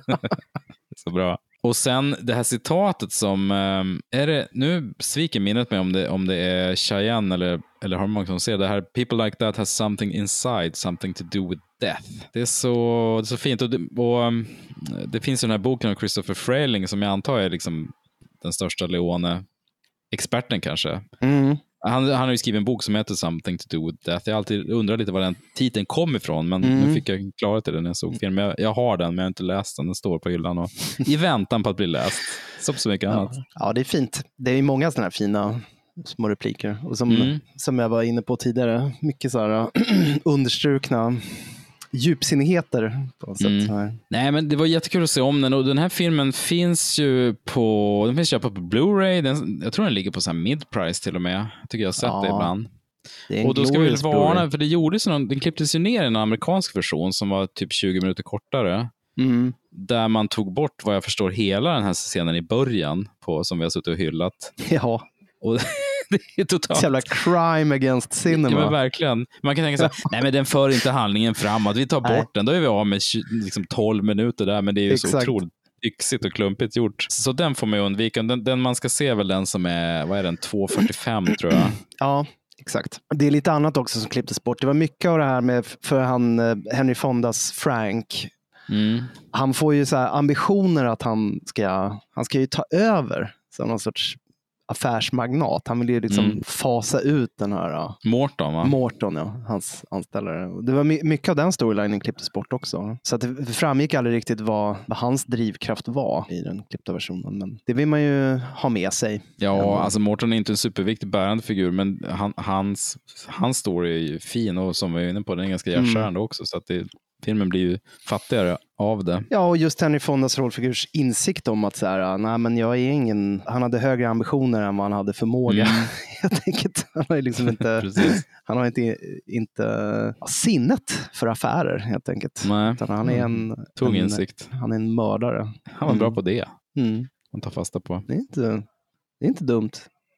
Så bra. Och sen det här citatet som är det, nu sviker minnet mig om det, om det är Cheyenne eller, eller harmonika som säger det här, people like that has something inside, something to do with death. Det är så, det är så fint. Och det, och det finns ju den här boken av Christopher Frayling som jag antar är liksom den största Leone-experten kanske. Mm. Han, han har ju skrivit en bok som heter Something to do with death. Jag har alltid undrat lite var den titeln kom ifrån, men mm. nu fick jag klarhet i den när jag såg filmen. Jag, jag har den, men jag har inte läst den. Den står på hyllan och i väntan på att bli läst. Som så mycket ja. annat. Ja, det är fint. Det är många sådana här fina små repliker. Och som, mm. som jag var inne på tidigare, mycket så här understrukna djupsinnigheter på något mm. sätt. Här. Nej, men det var jättekul att se om den, och den här filmen finns ju på, den finns ju på Blu-ray. Den, jag tror den ligger på så här mid-price till och med. Jag tycker jag har sett ja, det ibland. Det och då ska vi väl varna, för det gjordes någon, den klipptes ju ner i en amerikansk version som var typ tjugo minuter kortare. Mm. Där man tog bort, vad jag förstår, hela den här scenen i början på, som vi har suttit och hyllat. Ja. Och det är totalt. Jävla crime against cinema. Ja, men verkligen. Man kan tänka så nej, men den för inte handlingen framåt. Vi tar bort nej. den. Då är vi av med liksom tolv minuter där, men det är ju Exakt. så otroligt yxigt och klumpigt gjort. Så den får man ju undvika. Den, den man ska se är väl den som är, vad är den, två fyrtiofem tror jag. Ja, exakt. Det är lite annat också som klipptes bort. Det var mycket av det här med, för han, Henry Fondas Frank. Mm. Han får ju så här ambitioner att han ska, han ska ju ta över som någon sorts affärsmagnat. Han vill ju liksom mm. fasa ut den här Morton, va? Morton, ja, hans anställare. Det var my- mycket av den storylinen klipptes bort också. Så att det framgick aldrig riktigt vad, vad hans drivkraft var i den klippta versionen. Men det vill man ju ha med sig. Ja, ändå. Alltså Morton är inte en superviktig bärande figur, men han, hans, hans story är ju fin, och som vi är inne på, den är ganska hjärtskärande mm. också, så att det, filmen blir ju fattigare av det. Ja, och just Henry Fondas rollfigurs insikt om att så här, nej, men jag är ingen, han hade högre ambitioner än vad han hade förmåga. Mm. Helt enkelt. Han har liksom inte, han har inte, inte ja, sinnet för affärer helt enkelt. Nej. Han är en, Tung en, insikt. Han är en mördare. Han var mm. bra på det. Mm. Man tar fasta på. Det är inte, det är inte dumt.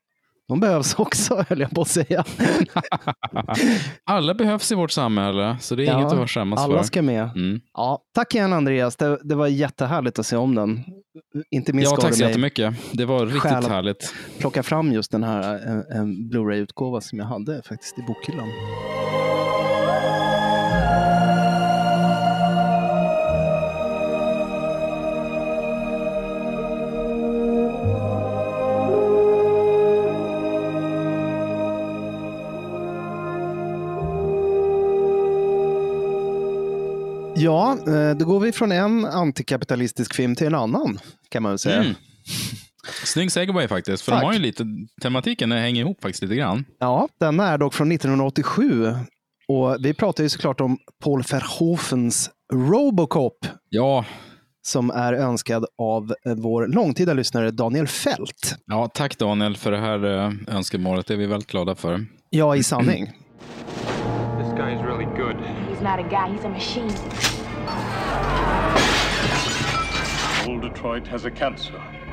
De behövs också, höll jag på att säga. Alla behövs i vårt samhälle, så det är ja, inget att vara skämmas alla för. ska med. Mm. Ja, tack igen Andreas, det, det var jättehärligt att se om den. Inte minst ja, tack så jättemycket. Det var riktigt härligt. Plocka fram just den här en, en Blu-ray-utgåva som jag hade faktiskt i bokhyllan. Ja, då går vi från en antikapitalistisk film till en annan, kan man väl säga. Mm. Snygg segway faktiskt, för Tack. de har ju lite, tematiken hänger ihop faktiskt lite grann. Ja, den är dock från nittonhundraåttiosju, och vi pratar ju såklart om Paul Verhoevens Robocop. Ja. Som är önskad av vår långtida lyssnare Daniel Fält. Ja, tack Daniel för det här önskemålet, det är vi väldigt glada för. Ja, i sanning. This guy is really good. He's not a guy, he's a machine. Old Detroit has a cancer.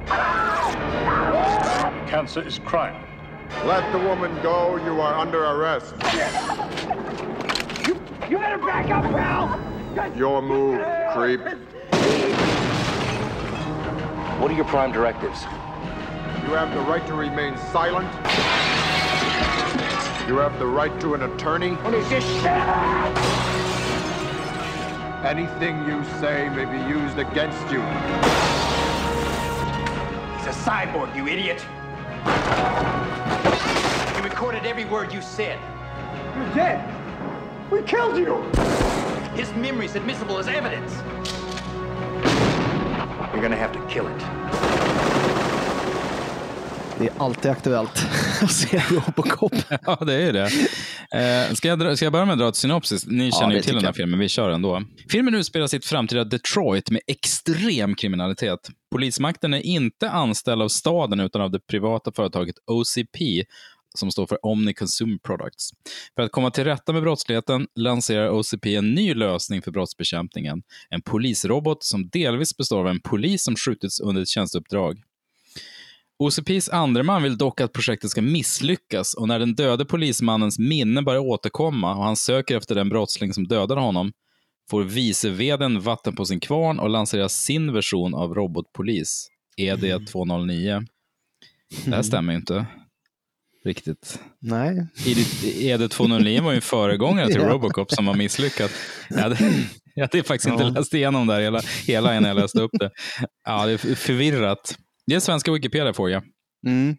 Cancer is crime. Let the woman go. You are under arrest. You, you better back up, pal! Your move, creep. What are your prime directives? You have the right to remain silent. You have the right to an attorney. What is this shit? Anything you say may be used against you. He's a cyborg, you idiot. You recorded every word you said. You're dead. We killed you. His memory's admissible as evidence. You're gonna have to kill it. Det är alltid aktuellt att se Robocop. Ja, det är det. Eh, ska, jag dra, ska jag börja med att dra ett synopsis? Ni känner ja, ju till den här jag. filmen, vi kör ändå. Filmen utspelar sitt framtida Detroit med extrem kriminalitet. Polismakten är inte anställd av staden utan av det privata företaget O C P, som står för Omni Consumer Products. För att komma till rätta med brottsligheten lanserar O C P en ny lösning för brottsbekämpningen. En polisrobot som delvis består av en polis som skjutits under ett tjänsteuppdrag. O C P:s andra man vill dock att projektet ska misslyckas, och när den döde polismannens minne börjar återkomma och han söker efter den brottsling som dödade honom, får viceveden vatten på sin kvarn och lanserar sin version av robotpolis, E D tvåhundranio. Det här stämmer ju inte riktigt. Nej. E D tvåhundranio var ju en föregångare till Robocop som har misslyckats. Jag hade, jag hade faktiskt inte läst igenom där hela, hela innan jag läste upp det. Ja, det är förvirrat. Det är svenska Wikipedia får jag. Mm.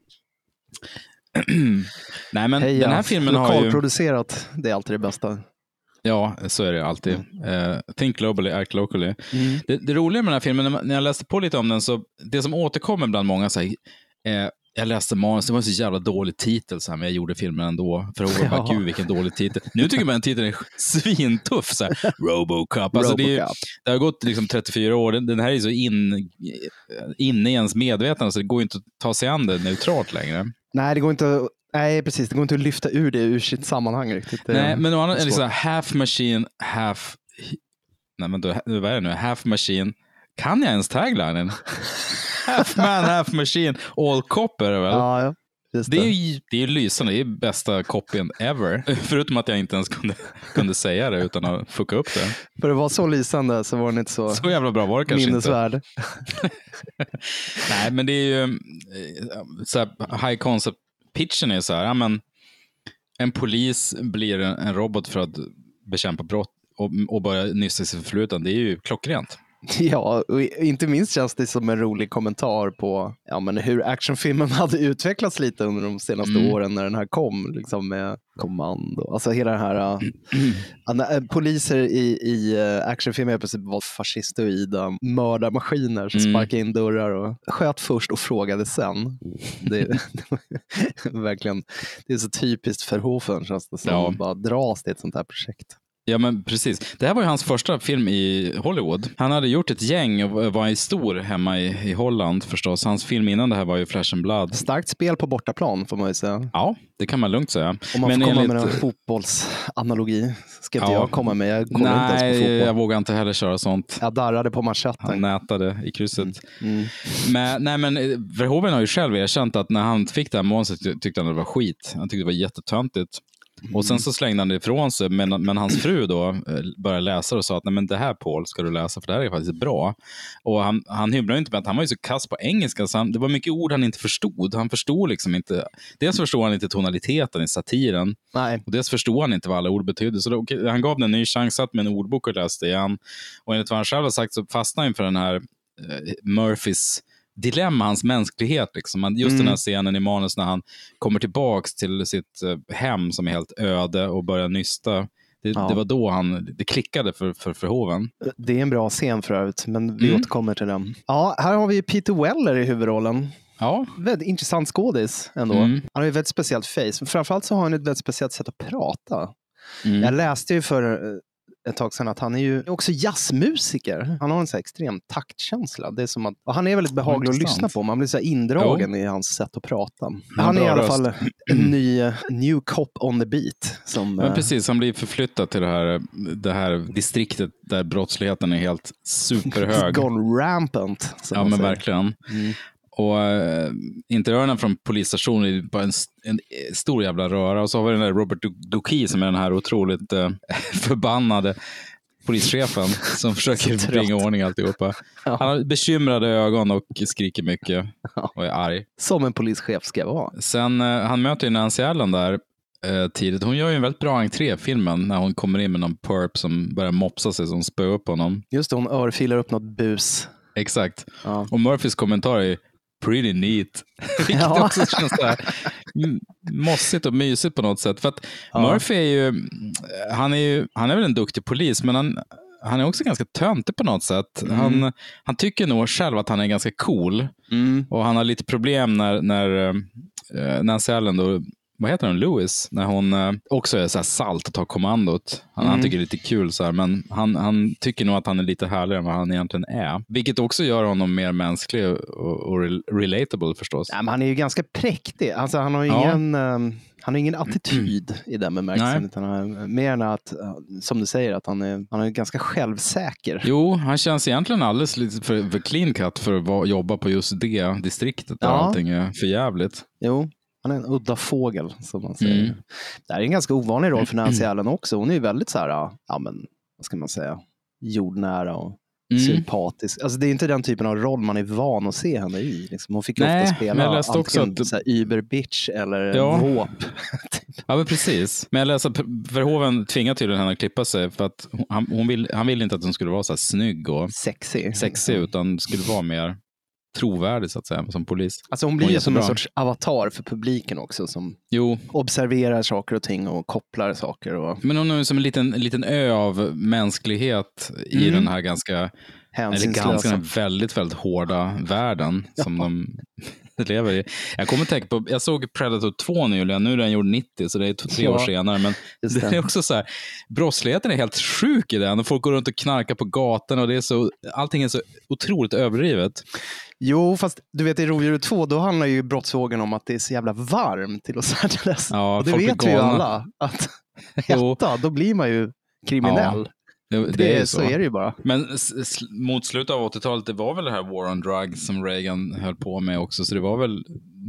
Nej, men Heja. Den här filmen har ju... Lokalproducerat, det är alltid det bästa. Ja, så är det alltid. Uh, think globally, act locally. Mm. Det, det roliga med den här filmen, när jag läste på lite om den, så det som återkommer bland många, så här, eh, jag läste manus, det var en så jävla dålig titel, så här, men jag gjorde filmen ändå. För att bara, gud vilken dålig titel. Nu tycker man att titeln är svintuff, så här, Robocop. Alltså, det, är, det har gått liksom trettiofyra år, den, den här är så in, inne i ens medvetande, så det går inte att ta sig an det neutralt längre. Nej, det går inte att Nej, precis. Det går inte att lyfta ur det ur sitt sammanhang riktigt. Nej, men är det liksom half machine, half... Nej, men då, vad är det nu? Half machine. Kan jag ens taglinen? Half man, half machine. All copper, väl? Ja, ja. Just det. Det är ju det är lysande. Det är bästa copyn ever. Förutom att jag inte ens kunde, kunde säga det utan att fucka upp det. För det var så lysande så var det inte så... Så jävla bra var det kanske minnesvärd. Inte. Nej, men det är ju så här, high concept. Pitchen är så här, ja, men en polis blir en, en robot för att bekämpa brott och, och börja nysta i sig förflutan. Det är ju klockrent. Ja, och inte minst känns det som en rolig kommentar på ja, men hur actionfilmen hade utvecklats lite under de senaste mm. åren när den här kom, liksom med kommando. Alltså hela det här mm. äh, poliser i, i actionfilmer är precis var fascistoida mördarmaskiner som mm. sparkade in dörrar och sköt först och frågade sen. Det, det, verkligen, det är så typiskt för Verhoeven, känns det som. Ja. Bara dras till ett sånt här projekt. Ja, men precis. Det här var ju hans första film i Hollywood. Han hade gjort ett gäng och var i stor hemma i, i Holland förstås. Hans film innan det här var ju Flesh and Blood. Starkt spel på bortaplan får man ju säga. Ja, det kan man lugnt säga. Om man men får komma enligt... med en fotbollsanalogi ska inte ja. jag komma med. Jag Nej, inte ens på fotboll. Jag vågar inte heller köra sånt. Jag darrade på manschetten. Han nätade i krysset. Mm. Mm. Men, nej, men Verhoeven har ju själv erkänt att när han fick det här målet tyckte han det var skit. Han tyckte det var jättetöntigt. Mm. Och sen så slängde han det ifrån sig, men, men hans fru då började läsa och sa att nej, men det här Paul ska du läsa för det här är faktiskt bra. Och han, han hymlade inte med att han var ju så kass på engelska så han, det var mycket ord han inte förstod. Han förstod liksom inte, dels förstod han inte tonaliteten i satiren. Nej. Och dels förstod han inte vad alla ord betydde. Så då, okay, han gav den en ny chans, satt med en ordbok och läste igen. Och enligt vad han själv har sagt så fastnade han för den här eh, Murphys dilemma, hans mänsklighet liksom. Just mm. den här scenen i manus när han kommer tillbaks till sitt hem som är helt öde och börjar nysta. Det, ja. det var då han, det klickade för, för, för Hoven. Det är en bra scen för övrigt, men vi mm. återkommer till den. Ja, här har vi Peter Weller i huvudrollen. Ja. Väldigt intressant skådis ändå. Mm. Han har ju ett väldigt speciellt face. Framförallt så har han ett väldigt speciellt sätt att prata. Mm. Jag läste ju för ett tag sedan att han är ju också jazzmusiker. Han har en så här extrem taktkänsla. Det är som att, han är väldigt behaglig att lyssna på. Man blir så här indragen jo. i hans sätt att prata. Han är i alla röst. fall en ny new cop on the beat. Som, men precis, han blir förflyttad till det här, det här distriktet där brottsligheten är helt superhög. Gone rampant. Ja, men säger. verkligen. Mm. Och äh, interiören från polisstationen är bara en, en stor jävla röra. Och så har vi den där Robert Duquis som är den här otroligt äh, förbannade polischefen som försöker bringa ordning alltihopa. Ja. Han har bekymrade ögon och skriker mycket och är arg. Som en polischef ska vara. Sen äh, han möter ju Nancy Allen där äh, tidigt. Hon gör ju en väldigt bra entré i filmen när hon kommer in med någon perp som börjar mopsa sig som spöar upp honom. Just det, hon örfilar upp något bus. Exakt. Ja. Och Murphys kommentar är pretty neat. Vilket ja. också känns så här mossigt och mysigt på något sätt. För att ja. Murphy är ju han är ju, han är väl en duktig polis, men han, han är också ganska töntig på något sätt. Mm. Han, han tycker nog själv att han är ganska cool. Mm. Och han har lite problem när, när Nancy Allen då, uh, när hon kommer in med den här perpen som börjar mopsa sig som spöar upp honom. Just det, hon örfilar upp något bus. Exakt. Och Murphys kommentar är pretty neat. Vilket också känns så här mossigt och mysigt på något sätt. För att ja. han är ju, han är väl en duktig polis, men han, han är också ganska töntig på något sätt. Mm. Han, han tycker nog själv att han är ganska cool. Och han har lite problem när, när Nancy Allen då vad heter hon, Louis, när hon uh, också är så här salt och tar kommandot. Han, mm. han tycker det är lite kul så här, men han, han tycker nog att han är lite härligare än vad han egentligen är. Vilket också gör honom mer mänsklig och, och relatable förstås. Ja, men han är ju ganska präktig. Alltså, han har ju ja. ingen, um, han har ingen attityd mm. i den bemärkelsen. Utan han är mer än att, som du säger, att han är, han är ganska självsäker. Jo, han känns egentligen alldeles lite för, för clean cut för att vara, jobba på just det distriktet där ja. allting är för jävligt. Jo. Han är en udda fågel, som man säger. Mm. Det här är en ganska ovanlig roll för Nancy Allen också. Hon är ju väldigt så här, ja men, vad ska man säga, jordnära och mm. sympatisk. Alltså det är inte den typen av roll man är van att se henne i. Liksom. Hon fick ju ofta spela antingen också att... så här, Uber-bitch eller ja. våp. Ja, men precis. Men jag läser att Verhoeven tvingar tydligen henne att klippa sig för att han, hon vill, han vill inte att hon skulle vara så här snygg och sexy, sexy utan skulle vara mer trovärdig så att säga som polis. Alltså hon blir ju som en sorts avatar för publiken också som jo. observerar saker och ting och kopplar saker. Och... Men hon är som en liten, en liten ö av mänsklighet i mm. den här ganska, eller ganska väldigt, väldigt hårda världen ja. som de lever i. Jag kommer att tänka på, jag såg Predator två nyligen, nu är den gjord nittio så det är tre ja. år senare, men det. det är också så här, brottsligheten är helt sjuk i den och folk går runt och knarkar på gatan och det är så, allting är så otroligt överdrivet. Jo, fast du vet i Rovdjur två då handlar ju brottsvågen om att det är så jävla varmt i Los Angeles. Ja, och det vet ju alla att hetta, då blir man ju kriminell. Ja, det, det, det är så. så är det ju bara. Men s- s- mot slutet av åttiotalet det var väl det här War on Drugs som Reagan höll på med också, så det var väl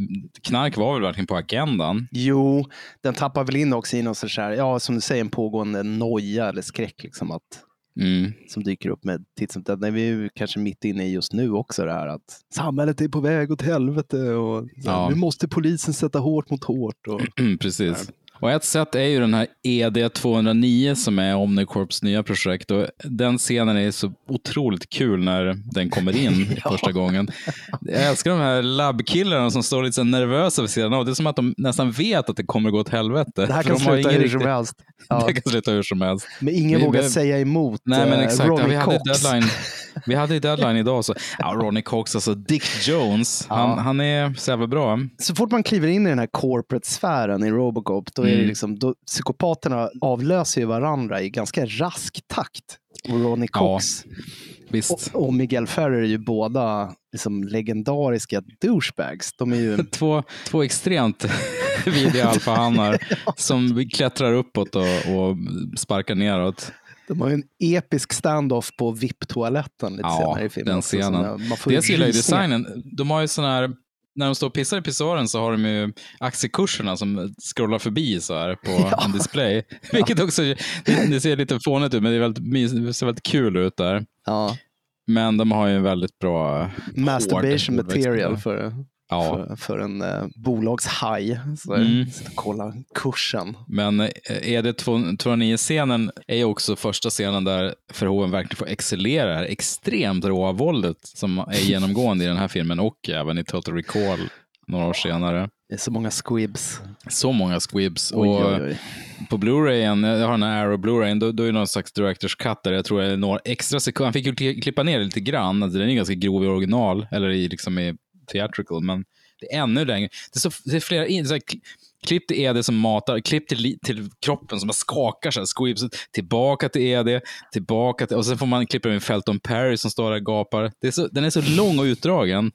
knark var väl verkligen på agendan. Jo, den tappar väl in också i någon så här, ja som du säger en pågående noja eller skräck liksom att Mm. som dyker upp med titt att vi är ju kanske mitt inne i just nu också det här att samhället är på väg åt helvete och så här, ja. nu måste polisen sätta hårt mot hårt. Och, precis. Och ett sätt är ju den här E D tvåhundranio som är Omnicorps nya projekt och den scenen är så otroligt kul när den kommer in ja. första gången. Jag älskar de här labbkillarna som står lite så nervösa vid sidan av. Det är som att de nästan vet att det kommer gå åt helvete. Det här kan de sluta hur som helst. Ja. Det kan sluta hur som helst. Men ingen vi, vågar vi, säga emot nej, men exakt. Ronny ja, vi Cox. Hade deadline, vi hade ju deadline idag så ja, Ronny Cox, alltså Dick Jones, ja. han, han är så jävla bra. Så fort man kliver in i den här corporate-sfären i Robocop då är mm. det liksom, då, psykopaterna avlöser ju varandra i ganska rask takt. Och Ronny Cox ja, visst. Och, och Miguel Ferrer är ju båda liksom legendariska douchebags. De är ju två, två extremt vidriga alfahannar ja. som klättrar uppåt och, och sparkar neråt. De har ju en episk standoff på V I P-toaletten lite ja, senare i filmen. Den scenen. Det gillar ju designen. De har ju sån här, när de står och pissar i pissoaren så har de ju aktiekurserna som scrollar förbi så här på ja. en display. Vilket också, det, det ser lite fånigt ut men det, är väldigt, det ser väldigt kul ut där. Ja. Men de har ju en väldigt bra masturbation material för, ja. för, för en uh, bolagshaj. Så mm. kolla kursen. Men E D tvåhundranio-scenen är ju också första scenen där Verhoeven verkligen får excellera det här extremt råa våldet som är genomgående i den här filmen och även i Total Recall några år senare. Det är så många squibs. Så många squibs. Oj, och oj, oj. På Blu-rayen, jag har den här Arrow Blu-rayen, då, då är det någon slags director's cut där. Jag tror det är några extra sekunder. Han fick ju klippa ner det lite grann. Alltså, den är ganska grov i original, eller i, liksom i theatrical, men det är ännu längre. Det är, så, det är flera in, så här, klipp till E D som matar, klipp till, till kroppen som bara skakar så här, squibs, tillbaka till E D, tillbaka till, och sen får man klippa med Felton Perry som står där och gapar. Det är så, den är så lång och utdragen.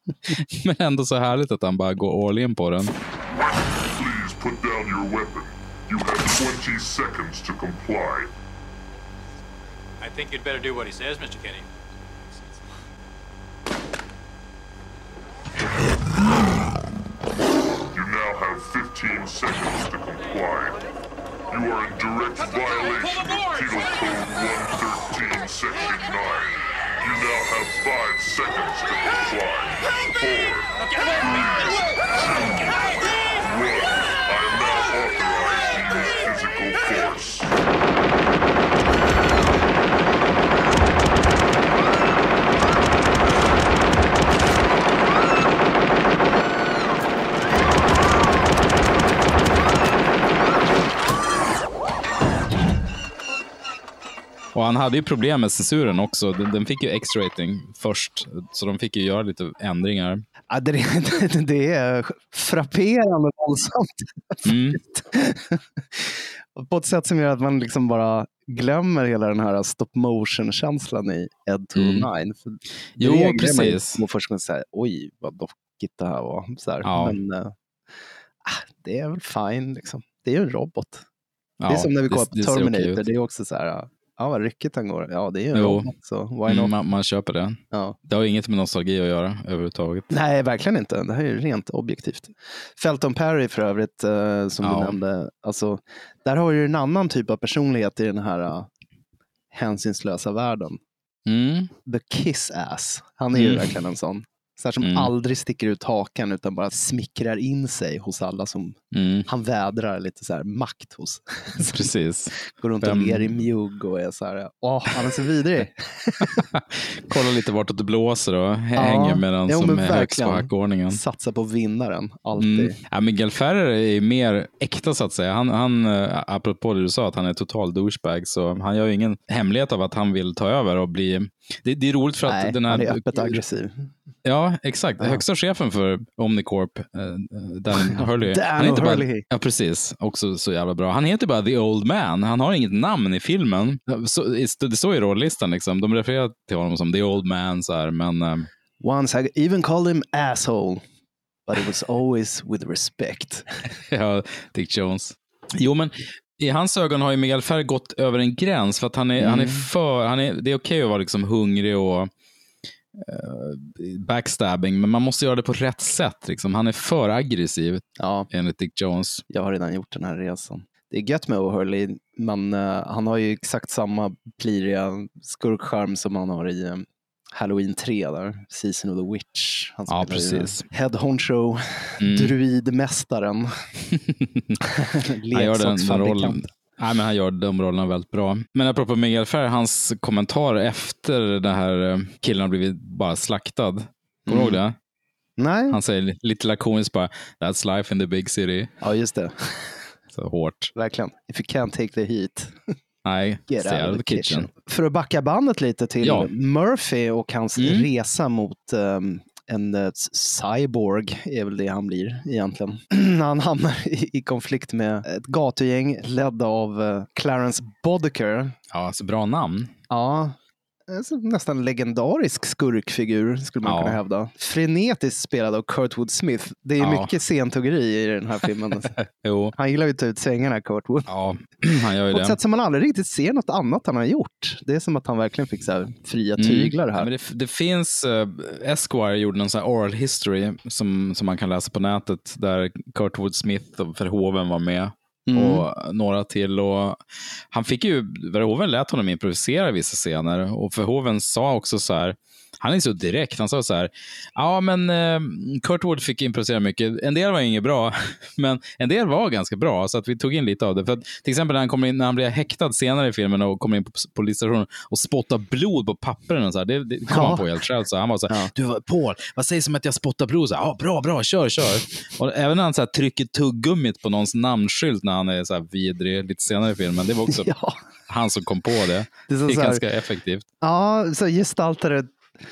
Men ändå så härligt att han bara går all in på den. Please put down your weapon. You have twenty seconds to comply. I think you'd better do what he says, Mister Kenny. You now have fifteen seconds to comply. You are in direct violation of Penal Code one thirteen, Section nine. You now have five seconds to comply. Four, three, two, one. I am now authorized to use physical force. Och han hade ju problem med censuren också. Den, den fick ju X-rating först, så de fick ju göra lite ändringar. Ja, det, det, det är frapperande våldsamt. Mm. På ett sätt som gör att man liksom bara glömmer hela den här stop motion-känslan i Ed two oh nine. Mm. För jo, precis. Man först kunna säga, oj, vad dockigt det här var. Så här. Ja. Men äh, det är väl fine, liksom. Det är ju en robot. Ja, det är som när vi kollar på Terminator. Det, det är också så här, ja, vad rycket han går. Ja, det är ju en jo. robot, så why not? Mm, man, man köper det. Ja. Det har inget med nostalgi att göra överhuvudtaget. Nej, verkligen inte. Det här är ju rent objektivt. Felton Perry för övrigt, uh, som ja. du nämnde. Alltså, där har ju en annan typ av personlighet i den här uh, hänsynslösa världen. Mm. The Kiss Ass. Han är mm. ju verkligen en sån. Så här som mm. aldrig sticker ut hakan utan bara smickrar in sig hos alla som mm. han vädrar lite så här makt hos. Precis. Går runt Vem... och ler i mjugg och är så här, åh, han är så vidrig. Kolla lite vartåt det blåser och hänger ja. med den jo, som är högst på hackordningen. Satsa på vinnaren, alltid. Mm. Ja, Miguel Ferrer är mer äkta så att säga. Han, han, apropå det du sa, att han är total douchebag, så han gör ju ingen hemlighet av att han vill ta över och bli... Det, det är roligt för Nej, att den här... han är öppet aggressiv. Ja, exakt. Ja. Högsta chefen för Omnicorp, uh, Dan Hurley. Dan han heter Hurley. Bara, ja, precis. Också så jävla bra. Han heter bara The Old Man. Han har inget namn i filmen. Så, det står i rolllistan liksom. De refererar till honom som The Old Man så här, men... Um... Once I even called him asshole. But it was always with respect. Ja, Dick Jones. Jo, men... I hans ögon har ju Miguel Ferrer gått över en gräns för att han är, mm. han är för, han är, det är okej att vara liksom hungrig och uh, backstabbing, men man måste göra det på rätt sätt. Liksom. Han är för aggressiv, ja. enligt Dick Jones. Jag har redan gjort den här resan. Det är gött med O'Hurley, men uh, han har ju exakt samma pliriga skurkskärm som han har i um, Halloween tre där, Season of the Witch. Han ja, precis. Head honcho, mm. druidmästaren. Han gör den, den rollen. Nej, men han gör de rollerna väldigt bra. Men apropå Miguel Ferrer, hans kommentar efter den här killen har blivit bara slaktad. Kommer du mm. ihåg det? Nej. Han säger lite lakoniskt bara, that's life in the big city. Ja, just det. Så hårt. Verkligen. If you can't take the heat. Nej, get out of the kitchen. kitchen. För att backa bandet lite till ja. Murphy och hans mm. resa mot um, en uh, cyborg är väl det han blir egentligen. Han hamnar i, i konflikt med ett gatugäng ledd av uh, Clarence Boddicker. Ja, så bra namn. Ja, alltså, nästan legendarisk skurkfigur skulle man ja. kunna hävda. Frenetiskt spelad av Kurtwood Smith. Det är ja. mycket scentuggeri i den här filmen. Jo. Han gillar ju att ta ut svängarna, Kurtwood. Ja, han gör ju På det. ett sätt som man aldrig riktigt ser något annat han har gjort. Det är som att han verkligen fick så här fria tyglar här. Mm. Men det, det finns, uh, Esquire gjorde någon så här oral history som, som man kan läsa på nätet där Kurtwood Smith och Verhoeven var med. Mm. Och några till, och han fick ju, Verhoeven lät honom improvisera vissa scener, och Verhoeven sa också så här, han är så direkt, han sa så här, ja men eh, Kurt Wood fick improvisera mycket, en del var inget bra men en del var ganska bra, så att vi tog in lite av det, för att, till exempel när han kommer in, när han blir häktad senare i filmen och kommer in på polisstationen och spottar blod på pappren och så här, det, det kom ja. han på helt själv, så han var så här, ja. du Paul, vad sägs om att jag spottar blod? Så här, ja bra, bra, kör, kör. Och även när han så här, trycker tuggummit på någons namnskylt när han är så här vidrig lite senare i filmen, det var också ja. han som kom på det. Det är, det är så ganska här, effektivt. Ja, så gestaltade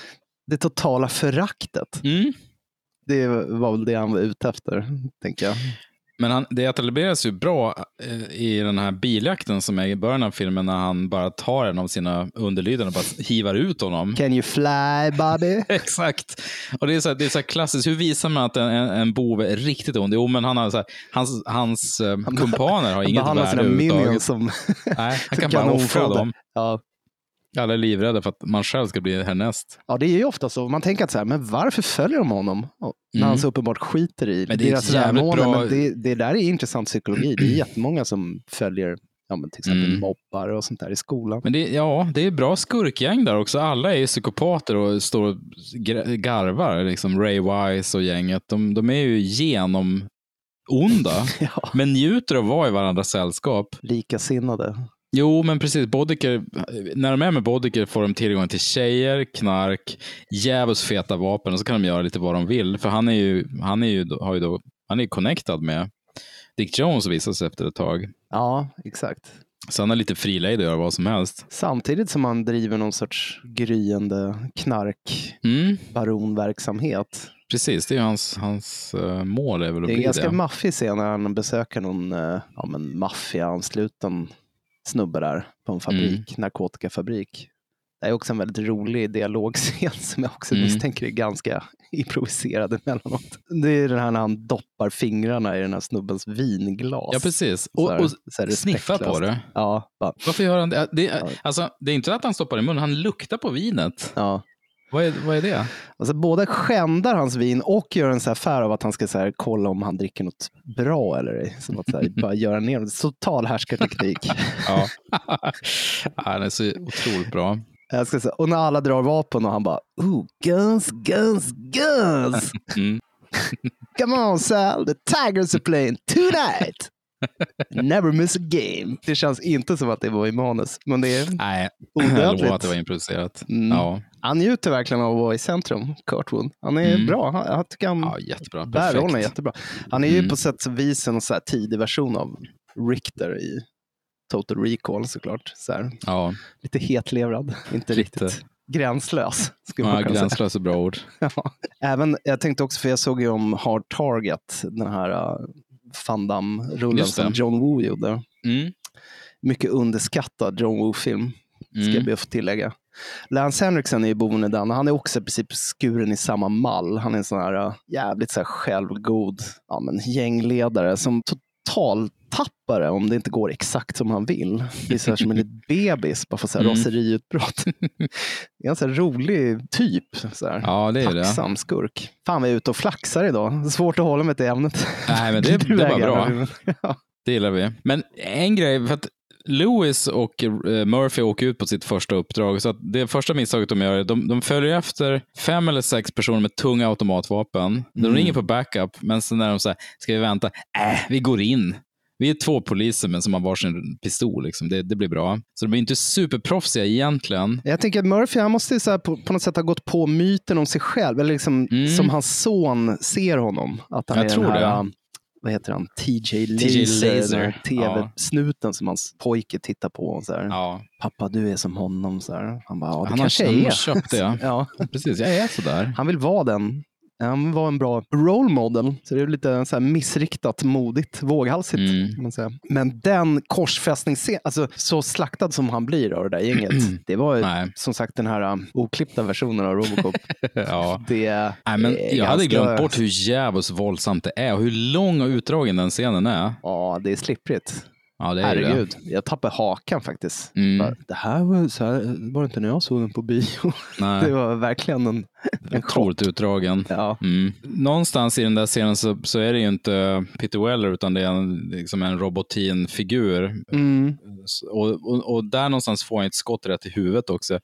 det totala föraktet. Mm. Det var väl det han var ute efter, tänker jag. Men han, det etableras ju bra eh, i den här biljakten som är i början av filmen, när han bara tar en av sina underlydande och bara hivar ut honom. Can you fly, buddy? Exakt. Och det är så här, det är så här klassiskt. Hur visar man att en, en, en bov är riktigt ond? Jo, men han har så här, hans, hans eh, kumpaner har inget värde överhuvudtaget. Som Nej, han kan bara offra dem. Ja. Alla är livrädda för att man själv ska bli härnäst. Ja, det är ju ofta så. Man tänker att så här, men varför följer de honom? Och när mm. han så uppenbart skiter i men det. Deras rävmåne, bra... men det, det där är intressant psykologi. Det är jättemånga som följer, ja, men till exempel mm. mobbar och sånt där i skolan. Men det, ja, det är bra skurkgäng där också. Alla är psykopater och står och garvar. Liksom Ray Wise och gänget. De, de är ju genom onda. ja. Men njuter av att vara i varandras sällskap. Likasinnade. Jo, men precis. Boddicker, när de är med Boddicker får de tillgång till tjejer, knark, jävligt feta vapen, och så kan de göra lite vad de vill. För han är ju, han är ju, har ju då, han är connectad med Dick Jones, visar sig efter ett tag. Ja, exakt. Så han är lite frilejd och gör vad som helst. Samtidigt som han driver någon sorts gryende knark mm. baronverksamhet. Precis, det är hans, hans uh, mål är väl att det är bli ganska det. maffig scen när han besöker någon uh, ja, men maffia-ansluten snubbe där på en fabrik, mm. narkotikafabrik. Det är också en väldigt rolig dialogscen som jag också mm. misstänker är ganska improviserad emellanåt. Det är den här när han doppar fingrarna i den här snubbens vinglas. Ja, precis. Och, och sniffar på det. Ja. Bara. Varför gör han det? Det är, alltså, det är inte att han stoppar i munnen, han luktar på vinet. Ja. Vad är, vad är det? Alltså, båda skändar hans vin och gör en så här affär av att han ska så här, kolla om han dricker något bra eller ej. Som att så här, bara göra ner det. Total härskarteknik. Ja. Ja, det är så otroligt bra. Jag ska säga, och när alla drar vapen och han bara, ooh, guns, guns, guns. Mm. Come on, Sal, the Tigers are playing tonight. Never miss a game. Det känns inte som att det var i manus, men det är nej, jag lovar att det var improviserat. Mm. Ja. Han njuter verkligen av att vara i centrum, Kurt Wood. Han är mm. bra. Han, jag tycker han ja, jättebra. bär rollen jättebra. Han är ju mm. på sätt och vis en så här tidig version av Richter i Total Recall såklart. Så här. Ja. Lite hetlevrad, inte Lite. riktigt gränslös. Skulle ja, gränslös är bra ord. Ja. Även, jag tänkte också, för jag såg ju om Hard Target, den här uh, Van Damme-rullen som John Woo gjorde. Mm. Mycket underskattad John Woo-film, ska mm. jag be att få tillägga. Lance Henriksen är ju boven i den. Han är också i princip skuren i samma mall. Han är en sån här uh, jävligt så här självgod ja, men gängledare som total tappare om det inte går exakt som han vill. Det är så här som en liten bebis bara för så här mm. raseriutbrott. Det är en så här rolig typ. Så här. Ja, det är det. Tacksam skurk. Fan, vi är ute och flaxar idag. Svårt att hålla med det ämnet. Nej, men det, det var bra. Ja. Det gillar vi. Men en grej, för att Lewis och Murphy åker ut på sitt första uppdrag. Så att det första misstaget de gör, de, de följer efter fem eller sex personer med tunga automatvapen. De mm. ringer på backup, men sen när de säger, ska vi vänta? Äh, vi går in. Vi är två poliser men som har varsin pistol. Liksom. Det, det blir bra. Så de blir inte superproffsiga egentligen. Jag tänker att Murphy, han måste så här på, på något sätt ha gått på myten om sig själv. Eller liksom mm. som hans son ser honom. Att han jag är tror den här, det. Vad heter han? T J Laser. Laser. T V-snuten ja. Som hans pojke tittar på. Och så här. Ja. Pappa, du är som honom. Så här. Han bara, ja, det han kanske har, är. Han har köpt det. Ja. Precis, jag är sådär. Han vill vara den. Han var en bra role model. Så det är lite så här missriktat, modigt, våghalsigt. Mm. Kan man säga. Men den korsfästningsscen, alltså så slaktad som han blir av det där gänget. Det var ju som sagt den här um, oklippta versionen av Robocop. Ja. Det Nej, men jag ganska... hade glömt bort hur jävligt våldsamt det är. Och hur lång och utdragen den scenen är. Ja, det är slipprigt. Ja, det är herregud, det. Jag tappade hakan faktiskt. Mm. Bara, det här var, så här var det inte när jag såg den på bio. Nej. Det var verkligen en, en otroligt utdragen. Ja. Mm. Någonstans i den där scenen så, så är det ju inte Peter Weller utan det är en, liksom en robotinfigur. Mm. Och, och, och där någonstans får han ett skott rätt i huvudet också.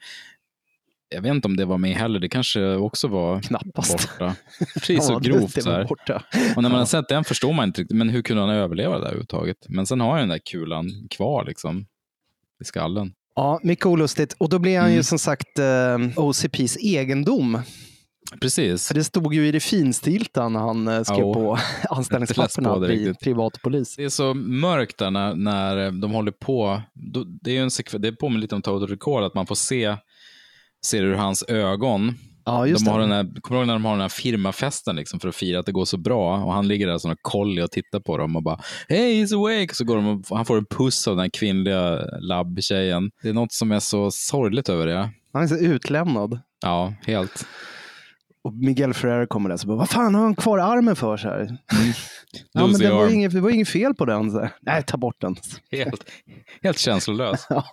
Jag vet inte om det var med heller. Det kanske också var knappast borta. Precis så ja, grovt. Så här. Borta. Och när man ja. har sett den förstår man inte riktigt. Men hur kunde han överleva det där överhuvudtaget? Men sen har jag den där kulan kvar liksom i skallen. Ja, mycket olustigt. Och då blir han mm. ju som sagt eh, O C P:s egendom. Precis. För det stod ju i det finstilta när han skrev oh. på anställningspapperna att bli privatpolis. Det är så mörkt där när, när de håller på. Det är ju en sekvens, det påminner lite om Total Recall att man får se ser ur hans ögon. Ja, just de har det. Den här, kommer du ihåg när de har den här firmafesten liksom, för att fira att det går så bra och han ligger där som en kolli och tittar på dem och bara hey, he's awake! Så går de och han får en puss av den här kvinnliga labbtjejen. Det är något som är så sorgligt över det. Han är så utlämnad. Ja, helt. Och Miguel Ferrer kommer där och bara, vad fan har han kvar armen för så här? Mm. Ja, men det var, inget, det var inget fel på den. Så här. Nej, ta bort den. Helt, helt känslolös. Ja.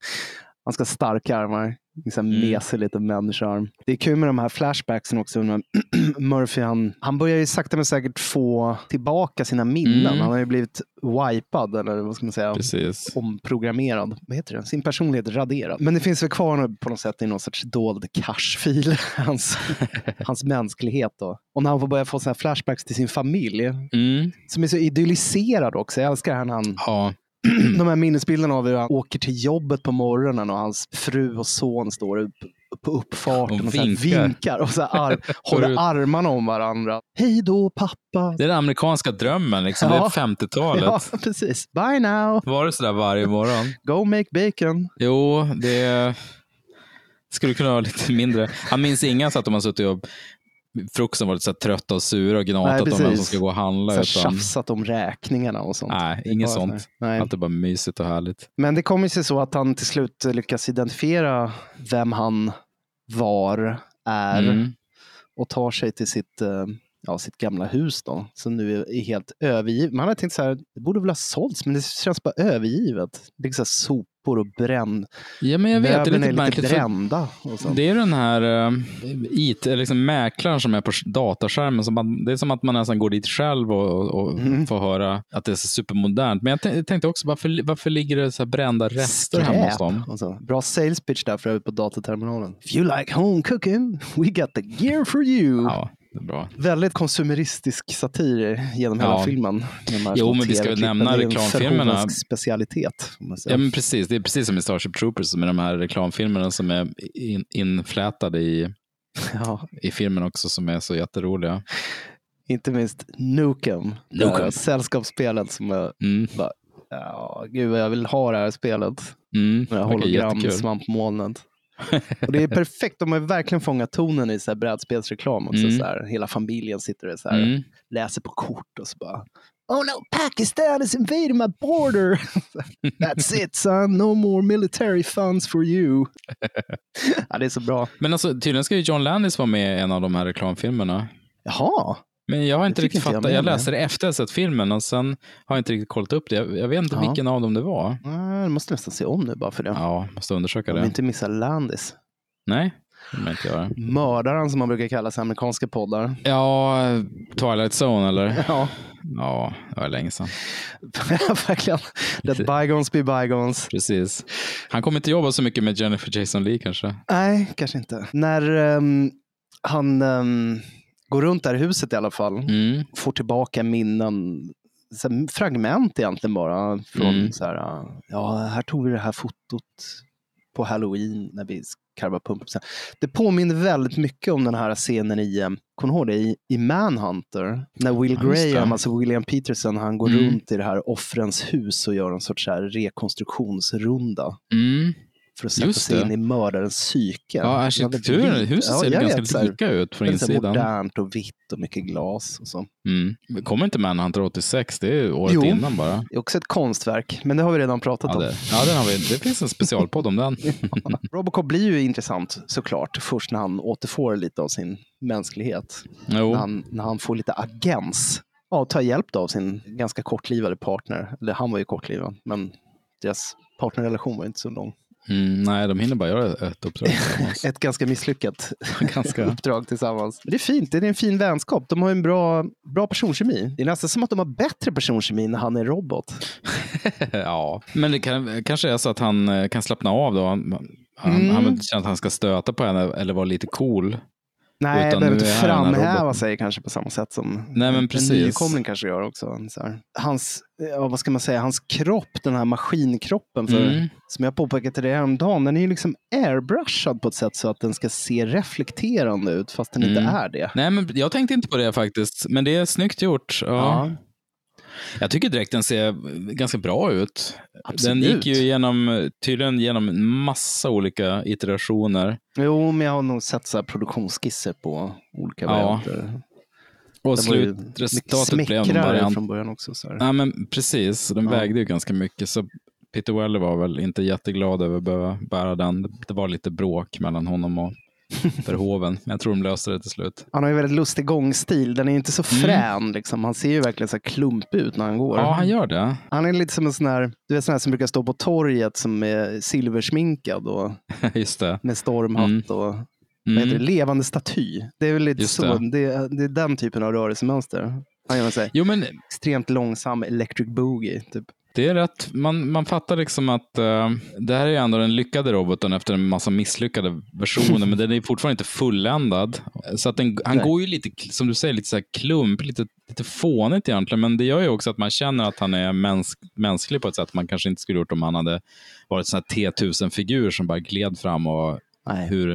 Han ska ha starka armar. Liksom mm. mesig liten människoarm. Det är kul med de här flashbacksen också. Murphy, han, han börjar ju sakta men säkert få tillbaka sina minnen. Mm. Han har ju blivit wipad, eller vad ska man säga? Precis. Omprogrammerad. Vad heter det? Sin personlighet raderad. Men det finns väl kvar på något sätt i någon sorts dold cache-fil. Hans, hans mänsklighet då. Och när han får börja få såna här flashbacks till sin familj. Mm. Som är så idylliserad också. Jag älskar han. han ja. De här minnesbilderna av hur han åker till jobbet på morgonen och hans fru och son står på uppfarten och, och så vinkar. vinkar och så ar- håller armarna om varandra. Hej då pappa. Det är den amerikanska drömmen, liksom. Ja. Det är femtiotalet. Ja, precis. Bye now. Var det sådär varje morgon? Go make bacon. Jo, det skulle kunna vara lite mindre. Han minns inga så att de har suttit och frukosten varit så trötta och sura och gnatat Nej, om vem som ska gå och handla. Så utan... tjafsat om räkningarna och sånt. Nej, inget sånt. Nej. Allt är bara mysigt och härligt. Men det kommer sig så att han till slut lyckas identifiera vem han var, är mm. och tar sig till sitt, ja, sitt gamla hus då. Som nu är helt övergivet. Man har tänkt så här, det borde väl ha sålts, men det känns bara övergivet. Det är så här sopor och bränn. Ja, men jag vet, det är lite, är lite brända. Och det är den här uh, I T, liksom mäklaren som är på dataskärmen. Som man, det är som att man nästan går dit själv och, och mm. får höra att det är så supermodernt. Men jag, t- jag tänkte också, varför, varför ligger det så här brända rester hemma hos dem? Alltså, bra sales pitch där för på dataterminalen. If you like home cooking, we got the gear for you. Ja. Bra. Väldigt konsumeristisk satir genom hela ja. filmen. Jo, men vi ska väl nämna reklamfilmerna. Det är en specialitet. Ja, men precis. Det är precis som i Starship Troopers med de här reklamfilmerna som är in, inflätade i, ja. i filmen också, som är så jätteroliga. Inte minst Nukem. Nukem. Sällskapsspelet som är mm. bara, ja, gud vad jag vill ha det här spelet. Mm. Med hologram, svampmolnet. Och det är perfekt, de har verkligen fångat tonen i så här brädspelsreklam också. Mm. Så här, hela familjen sitter och så här, mm. läser på kort och så bara oh no, Pakistan is invading my border. That's it son, no more military funds for you. Ja, det är så bra. Men alltså tydligen ska ju John Landis vara med i en av de här reklamfilmerna. Jaha. Men jag har inte riktigt fattat. Jag, jag läste det efter jag sett filmen och sen har jag inte riktigt kollat upp det. Jag, jag vet inte ja. vilken av dem det var. Jag måste nästan se om nu bara för det. Ja, måste undersöka det. Jag vill inte missa Landis. Nej, det vill jag inte göra. Mördaren som man brukar kalla sig amerikanska poddar. Ja, Twilight Zone eller? Ja. Ja, det var länge sedan. Verkligen. Let bygons be bygons. Precis. Han kommer inte jobba så mycket med Jennifer Jason Leigh kanske? Nej, kanske inte. När um, han... Um, går runt där i huset i alla fall. Mm. Får tillbaka minnen. Så här, fragment egentligen bara. Från mm. så här, ja, här tog vi det här fotot på Halloween när vi karvade pump. Det påminner väldigt mycket om den här scenen i, kommer ihåg det, i, i Manhunter. När Will Graham, alltså William Peterson, han går mm. runt i det här offrens hus och gör en sorts så här rekonstruktionsrunda. Mm. För att sätta sig in i mördarens psyke. Ja, arkitekturen, huset ser ja, ganska vet, lika ut från insidan. Modernt och vitt och mycket glas och så. Mm. Kommer inte Manhunter åttiosex? Det är året jo, innan bara. Det är också ett konstverk, men det har vi redan pratat ja, det, om. Ja, den har vi. Det finns en specialpodd om den. Ja. Robocop blir ju intressant såklart först när han återfår lite av sin mänsklighet. Jo. När han, när han får lite agens. Ja, ta hjälp av sin ganska kortlivade partner. Eller han var ju kortlivad, men deras partnerrelation var inte så lång. Mm, nej, de hinner bara göra ett uppdrag tillsammans. Ett ganska misslyckat ganska. uppdrag tillsammans. Men det är fint, det är en fin vänskap. De har en bra, bra personkemi. Det är nästan som att de har bättre personkemi när han är robot. Ja, men det kan, kanske är så att han kan slappna av då. Han, mm. han känner att han ska stöta på henne eller vara lite cool. Nej, jag behöver inte framhäva sig kanske på samma sätt som Nej, men precis. en nykomling kanske gör också. Så här. Hans, ja, vad ska man säga, hans kropp, den här maskinkroppen, för, mm. som jag påpekade till dig häromdagen, den är ju liksom airbrushad på ett sätt så att den ska se reflekterande ut, fast den mm. inte är det. Nej, men jag tänkte inte på det faktiskt, men det är snyggt gjort. Ja. Ja. Jag tycker direkt den ser ganska bra ut. Absolut. Den gick ju genom, tydligen genom en massa olika iterationer. Jo, men jag har nog sett så här produktionsskisser på olika ja. varianter. Och slutresultatet blev en variant från början också. Så här. Ja, men precis. Den ja. vägde ju ganska mycket. Så Peter Weller var väl inte jätteglad över att behöva bära den. Det var lite bråk mellan honom och Verhoeven. Men jag tror de löste det till slut. Han har ju väldigt lustig gångstil. Den är inte så frän. Mm. Liksom. Han ser ju verkligen så klump ut när han går. Ja, han gör det. Han är lite som en sån här, du vet sån här som brukar stå på torget som är silversminkad och just det. Med stormhatt mm. och mm. vad heter det? Levande staty. Det är väl lite just så. Det. Det, det är den typen av rörelsemönster. Han gör sig. Jo, men extremt långsam electric boogie typ. Det är rätt. Man, man fattar liksom att uh, det här är ändå den lyckade roboten efter en massa misslyckade versioner, men den är fortfarande inte fulländad. Så att den, han Nej. går ju lite, som du säger, lite så här klump, lite, lite fånigt egentligen, men det gör ju också att man känner att han är mäns, mänsklig på ett sätt man kanske inte skulle gjort om han hade varit en sån här T tusen-figur som bara gled fram och Nej. hur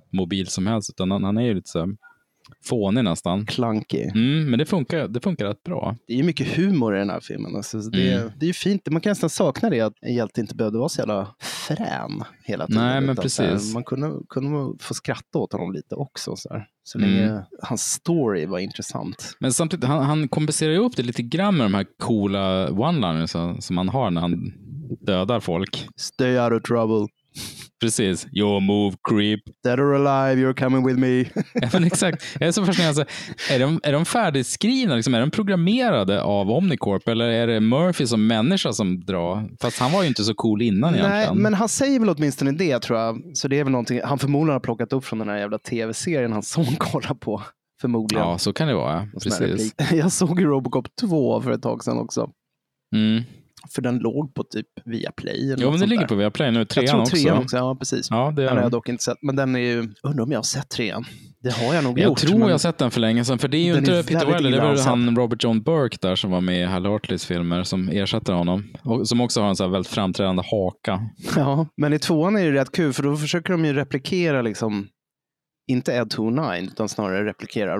mobil som helst, utan han, han är ju lite så fånig nästan. Clunky. Mm, men det funkar, det funkar rätt bra. Det är ju mycket humor i den här filmen. Alltså, det, mm. det är ju fint. Man kan nästan sakna det att en hjälte inte behövde vara så jävla frän hela tiden. Nej, men precis. Man kunde, kunde få skratta åt honom lite också. Så, här. så mm. länge hans story var intressant. Men samtidigt, han, han kompenserar ju upp det lite grann med de här coola one-liners som han har när han dödar folk. Stay out of trouble. Precis. Your move, creep. Dead or alive, you're coming with me. Ja, men exakt. Jag är så fascinerad. Alltså, är, de, är de färdigskrivna? Liksom, är de programmerade av Omnicorp? Eller är det Murphy som människa som drar? Fast han var ju inte så cool innan Nej, egentligen. men han säger väl åtminstone det, tror jag. Så det är väl någonting han förmodligen har plockat upp från den här jävla tv-serien hans son kollar på. Förmodligen. Ja, så kan det vara. Precis. Jag såg ju Robocop två för ett tag sedan också. Mm. För den låg på typ Viaplay. Jo, men det ligger där. På Viaplay nu. Trean jag tror trean också. också. Ja, precis. Ja, det den har jag dock inte sett. Men den är ju... Undrar om jag har sett trean. Det har jag nog jag gjort. Jag tror jag har sett den för länge sedan. För det är ju inte är Peter Weller. Det var ansett. han Robert John Burke där som var med i Hal Hartleys filmer som ersätter honom. Och som också har en så här väldigt framträdande haka. Ja, men i tvåan är det rätt kul. För då försöker de ju replikera liksom... Inte Ed two nine utan snarare replikera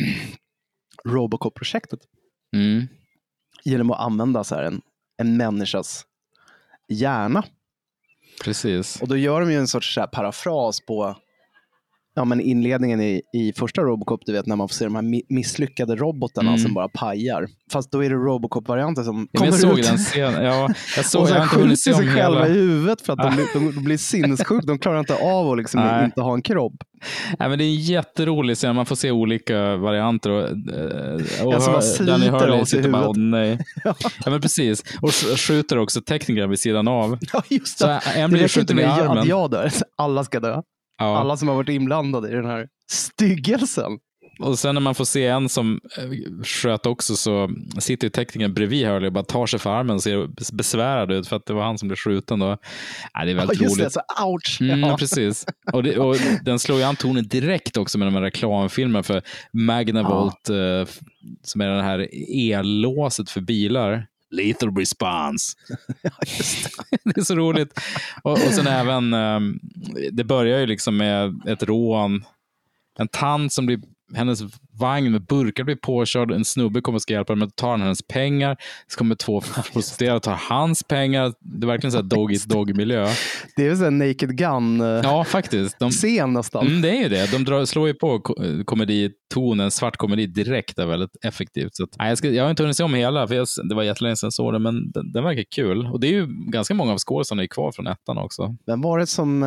Robocop-projektet. Mm. Genom att använda så här en, en människas hjärna. Precis. Och då gör de ju en sorts så här parafras på ja, men inledningen i, i första Robocop, du vet, när man får se de här mi- misslyckade robotarna mm. som bara pajar. Fast då är det Robocop-varianten som ja, kommer jag såg ut. Den scenen. Ja, jag såg, och så jag skjuter sig själva hela... i huvudet för att de, blir, de, de blir sinnessjuka. De klarar inte av att liksom inte ha en kropp. Nej, men det är en jätterolig scen. Man får se olika varianter. Och, och jag som hör, där ni hör av sig bara, åh, nej. ja. ja, men precis. Och skjuter också tekniker vid sidan av. Ja, just det. Så en blir skjuten i armen. Att jag dör. Alla ska dö. Ja. Alla som har varit inblandade i den här styggelsen. Och sen när man får se en som sköt också, så sitter ju teknikern bredvid här och bara tar sig för armen och ser besvärad ut för att det var han som blev skjuten då. Ja, det är väldigt ja, just roligt. Det, så ouch. Mm, ja. Precis. Och, det, och den slår ju an tonen direkt också med de här reklamfilmerna för Magnavolt ja. eh, som är det här ellåset för bilar. Lethal response. Ja, just det. Det är så roligt. Och, och sen även, um, det börjar ju liksom med ett rån. En tant som blir, hennes vagn med burkar blir påkörd. En snubbe kommer och ska hjälpa med att ta hennes pengar. Så kommer två prostituerade och tar hans pengar. Det är verkligen så här dog eat dog miljö. Det är ju så en Naked Gun ja, faktiskt. De, scen nästan. Mm, det är ju det. De drar, slår ju på komeditonen, svart komedi direkt är väldigt effektivt. Så att, nej, jag, ska, jag har inte hunnit se om hela, för jag, det var jättelänge sedan jag såg det, men den, den verkar kul. Och det är ju ganska många av skådespelarna är kvar från ettan också. Men var det som,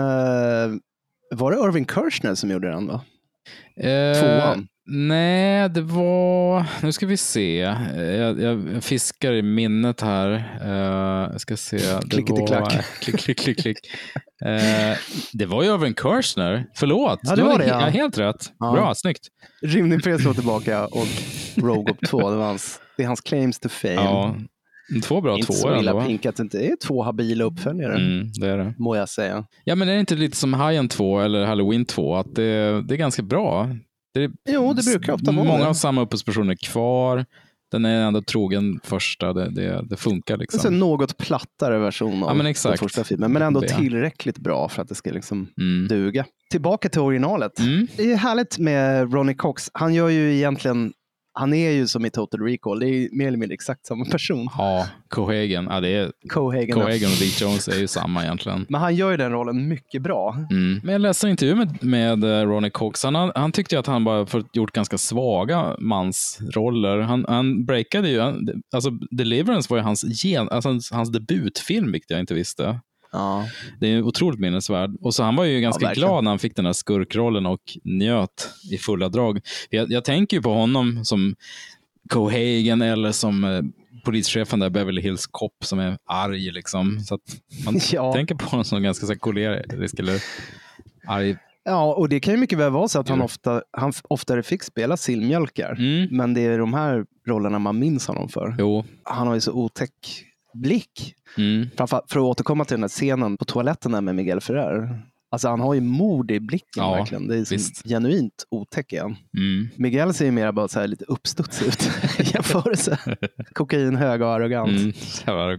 eh, var det Irving Kershner som gjorde den då? Eh, Tvåan? Nej, det var... Nu ska vi se. Jag, jag fiskar i minnet här. Uh, jag ska se. Det Klickety-klack. var... Klick, klick, klick, klick. Uh, det var ju Irving Kershner. Förlåt. Ja, det var det, ja. Ja, helt rätt. Ja. Bra, snyggt. Rymdimpress slår tillbaka och Robocop två. Det, var hans, det är hans claims to fame. Ja. Två bra inte två. Inte så illa pinkat. Det är två habila uppföljare. Mm, det är det. Må jag säga. Ja, men är det inte lite som Hajen två eller Halloween två? Att det, det är ganska bra. Det är, jo, det brukar ofta vara. Många av samma upphovspersoner kvar. Den är ändå trogen första. Det, det, det funkar liksom. Det är en något plattare version av ja, men den exakt. första filmen. Men ändå tillräckligt bra för att det ska liksom mm. duga. Tillbaka till originalet. Mm. Det är härligt med Ronny Cox. Han gör ju egentligen... Han är ju som i Total Recall. Det är mer eller mindre exakt samma person. Ja, Cohagen. Ja, det är Cohagen, Cohagen och Dick Jones är ju samma egentligen. Men han gör ju den rollen mycket bra. Mm. Men jag läste en intervju med, med Ronny Cox. Han, han tyckte ju att han bara fått gjort ganska svaga mansroller. Han, han breakade ju... Han, alltså, Deliverance var ju hans, gen, alltså, hans, hans debutfilm, vilket jag inte visste. Ja. Det är otroligt minnesvärd. Och så han var ju ganska ja, glad när han fick den här skurkrollen och njöt i fulla drag. Jag, jag tänker ju på honom som Cohagen eller som eh, polischefen där Beverly Hills Cop som är arg liksom. Så att man ja. tänker på honom som ganska så här kolerisk eller arg. Ja, och det kan ju mycket väl vara så att han, ofta, han oftare fick spela sillmjölkar. Mm. Men det är de här rollerna man minns honom för. Jo. Han har ju så otäck blick. Mm. Framför, för att återkomma till den här scenen på toaletten med Miguel Ferrer. Alltså han har ju mord i blicken ja, verkligen. Det är som genuint otäck igen. Mm. Miguel ser ju mer bara så här lite uppstuds ut i jämförelse. Kokain, hög och arrogant. Mm, så arrogant.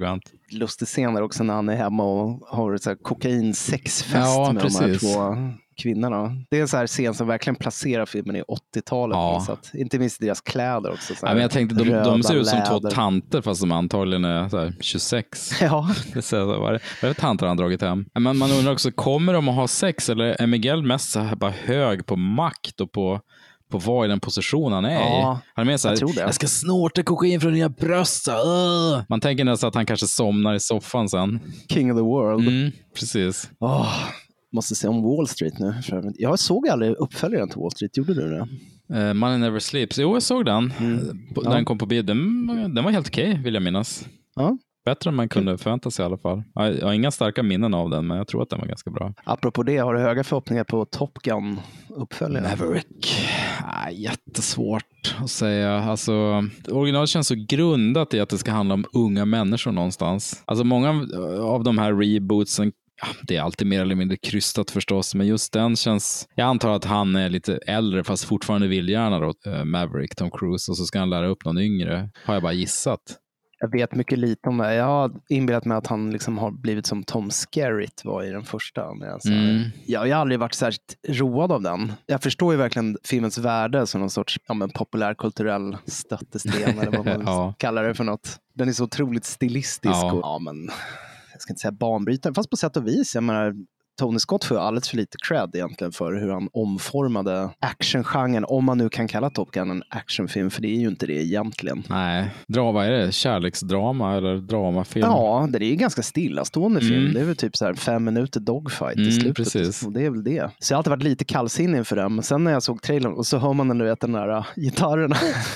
lustig scen där också när han är hemma och har så här kokain-sexfest ja, med precis. de här två kvinnorna. Det är en så här scen som verkligen placerar filmen i åttiotalet. Ja. Så att, inte minst deras kläder också. Så ja, men jag tänkte, de, de ser ut som läder. två tanter fast de antagligen är så här tjugosex. Ja. Det är så här, vad är det, vad är det tanter han dragit hem? Men man undrar också, kommer de att ha sex eller är Miguel mest så här bara hög på makt och på på vad i den position han är ja, i. Han är mer så här, jag, jag ska snorta kokain från dina bröst. Uh. Man tänker nästan att han kanske somnar i soffan sen. King of the world. Mm, precis. Oh, måste se om Wall Street nu. Jag såg aldrig uppföljaren till Wall Street. Gjorde du det? Uh, Money Never Sleeps. Jo, jag såg den. Mm. Ja. Den kom på bio. Den, den var helt okej, vill jag minnas. Ja. Bättre än man kunde förvänta sig i alla fall. Jag har inga starka minnen av den, men jag tror att den var ganska bra. Apropå det, har du höga förhoppningar på Top Gun uppföljaren? Maverick. Ah, jättesvårt att säga. Alltså, originalet känns så grundat i att det ska handla om unga människor någonstans. Alltså många av de här rebootsen, ja, det är alltid mer eller mindre krystat förstås, men just den känns, jag antar att han är lite äldre fast fortfarande vill gärna då, Maverick, Tom Cruise, och så ska han lära upp någon yngre. Har jag bara gissat. Jag vet mycket lite om det. Jag har inbillat mig att han liksom har blivit som Tom Skerritt var i den första. Alltså, mm. Jag har aldrig varit särskilt road av den. Jag förstår ju verkligen filmens värde som någon sorts ja, men populärkulturell stöttesten eller vad man ja. kallar det för något. Den är så otroligt stilistisk. Ja. Och, ja, men jag ska inte säga banbrytare, fast på sätt och vis. Jag menar, Tony Scott får alldeles för lite cred egentligen för hur han omformade actiongenren, om man nu kan kalla Top Gun en actionfilm, för det är ju inte det egentligen. Nej, dra, vad är det? Kärleksdrama eller dramafilm? Ja, det är ju ganska stillastående film. Mm. Det är väl typ så här fem minuter dogfight mm, i slutet. Precis. Och det är väl det. Så jag har alltid varit lite kallsinnig inför den, men sen när jag såg trailern och så hör man den, du vet, den där uh, gitarrerna.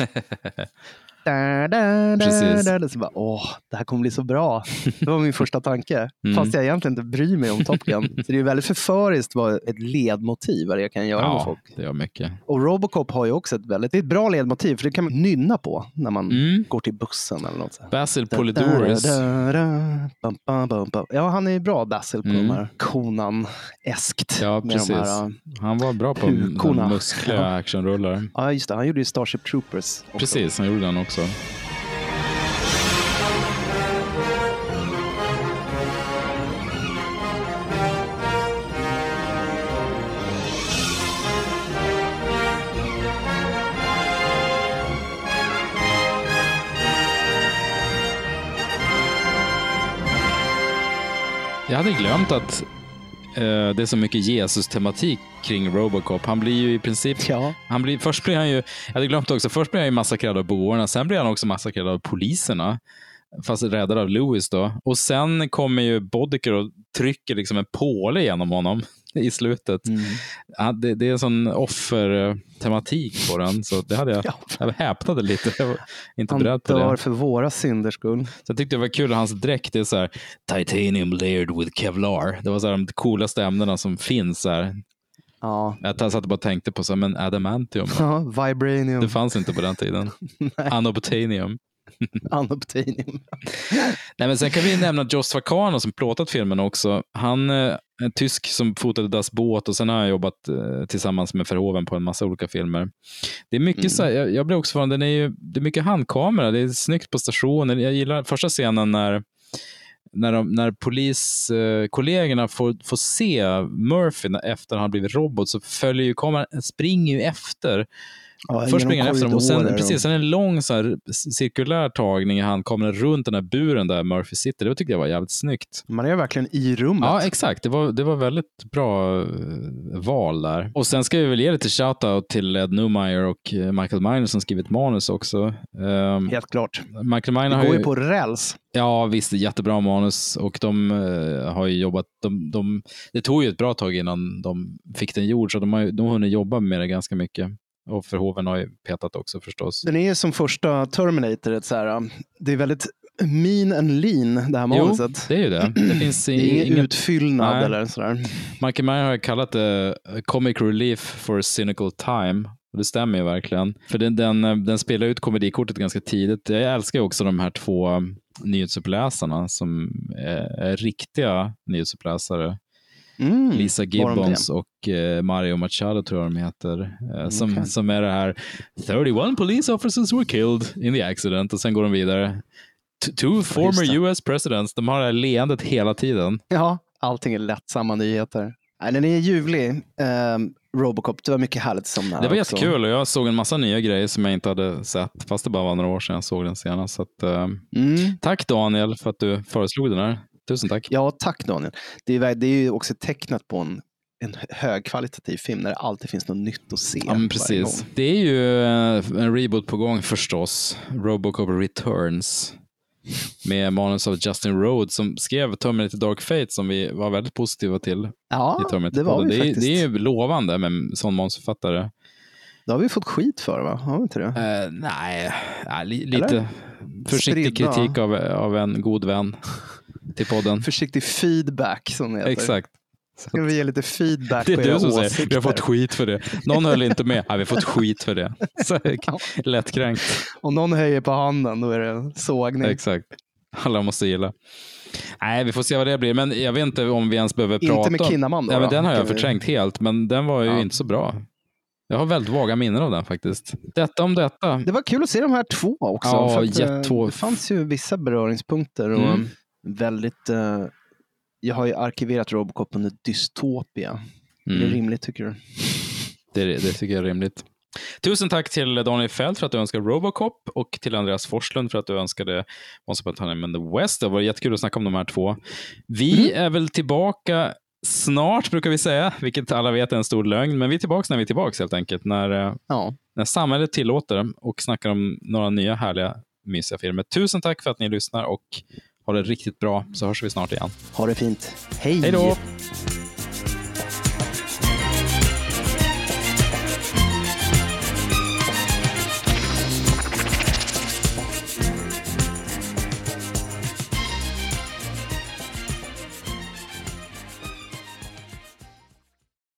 Da, da, da, da, da. Så bara, åh, det här kommer bli så bra. Det var min första tanke. Mm. Fast jag egentligen inte bryr mig om Top Gun. Så det är ju väldigt förföriskt vad ett ledmotiv vad det kan göra ja, med folk. Det gör mycket. Och Robocop har ju också ett väldigt det är ett bra ledmotiv, för det kan man nynna på när man mm. går till bussen eller något. Basil Polidoris. Ja, han är ju bra, Basil, på mm. de här Conan-eskt. Ja, precis. Här, han var bra på de muskliga ja. actionrullar. Ja, just det. Han gjorde ju Starship Troopers också. Precis, han gjorde den också. Jag hade glömt att uh, det är så mycket Jesus-tematik kring Robocop. Han blir ju i princip... Ja. Han blir, först blir han ju... Jag hade glömt också. Först blir han ju massakrerad av boarna. Sen blir han också massakrerad av poliserna. Fast räddad av Lewis då. Och sen kommer ju Boddicker och trycker liksom en påle genom honom i slutet. Mm. Ja, det, det är en sån offer-tematik på den. Så det hade jag... Ja. Jag häpnade lite. Jag var inte han beredd på det. Han dör för våra synders skull. Så jag tyckte det var kul att hans dräkt är så här titanium layered with Kevlar. Det var så här de coolaste ämnena som finns här. Ja. Jag satt och bara tänkte på så här, men adamantium. Ja, vibranium. Det fanns inte på den tiden. Anobotanium. Anobotanium. Nej, men sen kan vi nämna Joss Vacano som plåtat filmen också. Han är en tysk som fotade Das Boot och sen har jag jobbat eh, tillsammans med Verhoeven på en massa olika filmer. Det är mycket mm. så här, jag, jag blir också från den är ju det är mycket handkamera, det är snyggt på stationen. Jag gillar första scenen när när, de, när poliskollegorna får, får se Murphy efter han har blivit robot, så följer ju kameran, springer ju efter. Ja, först springer han efter dem och sen, precis, sen en lång så här, cirkulär tagning i handkameran runt den här buren där Murphy sitter. Det tyckte jag var jävligt snyggt. Man är verkligen i rummet. Ja, exakt. Det var, det var väldigt bra val där. Och sen ska vi väl ge lite shoutout till Ed Neumeyer och Michael Miner som skrivit manus också. Um, Helt klart. Michael Miner det har går ju ju på räls. Ja, visst, jättebra manus och de uh, har ju jobbat de, de, det tog ju ett bra tag innan de fick den gjord, så de har, de har hunnit jobba med det ganska mycket. Och Verhoeven har ju petat också förstås. Den är som första Terminator. Ett så här, det är väldigt mean and lean det här manuset. Jo, det är ju det. Det finns det är ingen utfyllnad nej. Eller sådär. Michael Mann har kallat det comic relief for a cynical time. Och det stämmer ju verkligen. För den, den, den spelar ut komedikortet ganska tidigt. Jag älskar ju också de här två nyhetsuppläsarna som är, är riktiga nyhetsuppläsare. Mm, Lisa Gibbons och eh, Mario Machado tror jag de heter. Eh, som, okay. som är det här thirty-one police officers were killed in the accident. Och sen går de vidare. Two former U S presidents. De har det här leendet hela tiden. Ja, allting är lättsamma nyheter. Nej, den är ljuvlig. Um, Robocop, det var mycket härligt som det var också. Jättekul och jag såg en massa nya grejer som jag inte hade sett, fast det bara var några år sedan jag såg den senast. Så att, uh, mm. Tack Daniel för att du föreslog den här. Tusen tack. Ja, tack Daniel. Det är, det är ju också tecknat på en, en högkvalitativ film när det alltid finns något nytt att se. Ja, men precis. Det är ju uh, en reboot på gång förstås. Robocop Returns. Med manus av Justin Rhodes som skrev Terminator Dark Fate som vi var väldigt positiva till. Ja, det var vi det faktiskt. Är, det är ju lovande med sån manusförfattare. Det har vi fått skit för, va? Har vi inte det? Uh, nej, ja, li, lite försiktig Spridda. kritik av, av en god vän till podden. Försiktig feedback som det heter. Exakt. Ska vi ge lite feedback det är på era åsikter? Säger, vi har fått skit för det. Någon höll inte med. Ja, vi har fått skit för det. Så, lättkränkt. Om någon höjer på handen, då är det sågning. Exakt. Alla måste gilla. Nej, vi får se vad det blir. Men jag vet inte om vi ens behöver inte prata. Inte med Kinnaman då? Ja, men då? Den har jag förträngt helt. Men den var ju ja. inte så bra. Jag har väldigt vaga minnen av den faktiskt. Detta om detta. Det var kul att se de här två också. Ja, för att, jättå... Det fanns ju vissa beröringspunkter. Och mm. väldigt... Uh, jag har ju arkiverat Robocop under dystopia. Mm. Det är rimligt tycker du? Det, det tycker jag är rimligt. Tusen tack till Daniel Fält för att du önskade Robocop och till Andreas Forslund för att du önskade Once Upon a Time in the West. Det var jättekul att snacka om de här två. Vi mm. är väl tillbaka snart brukar vi säga, vilket alla vet är en stor lögn, men vi är tillbaka när vi är tillbaka helt enkelt. När, ja. när samhället tillåter och snackar om några nya härliga mysiga filmer. Tusen tack för att ni lyssnar och ha det riktigt bra, så hörs vi snart igen. Ha det fint. Hej! Hej då!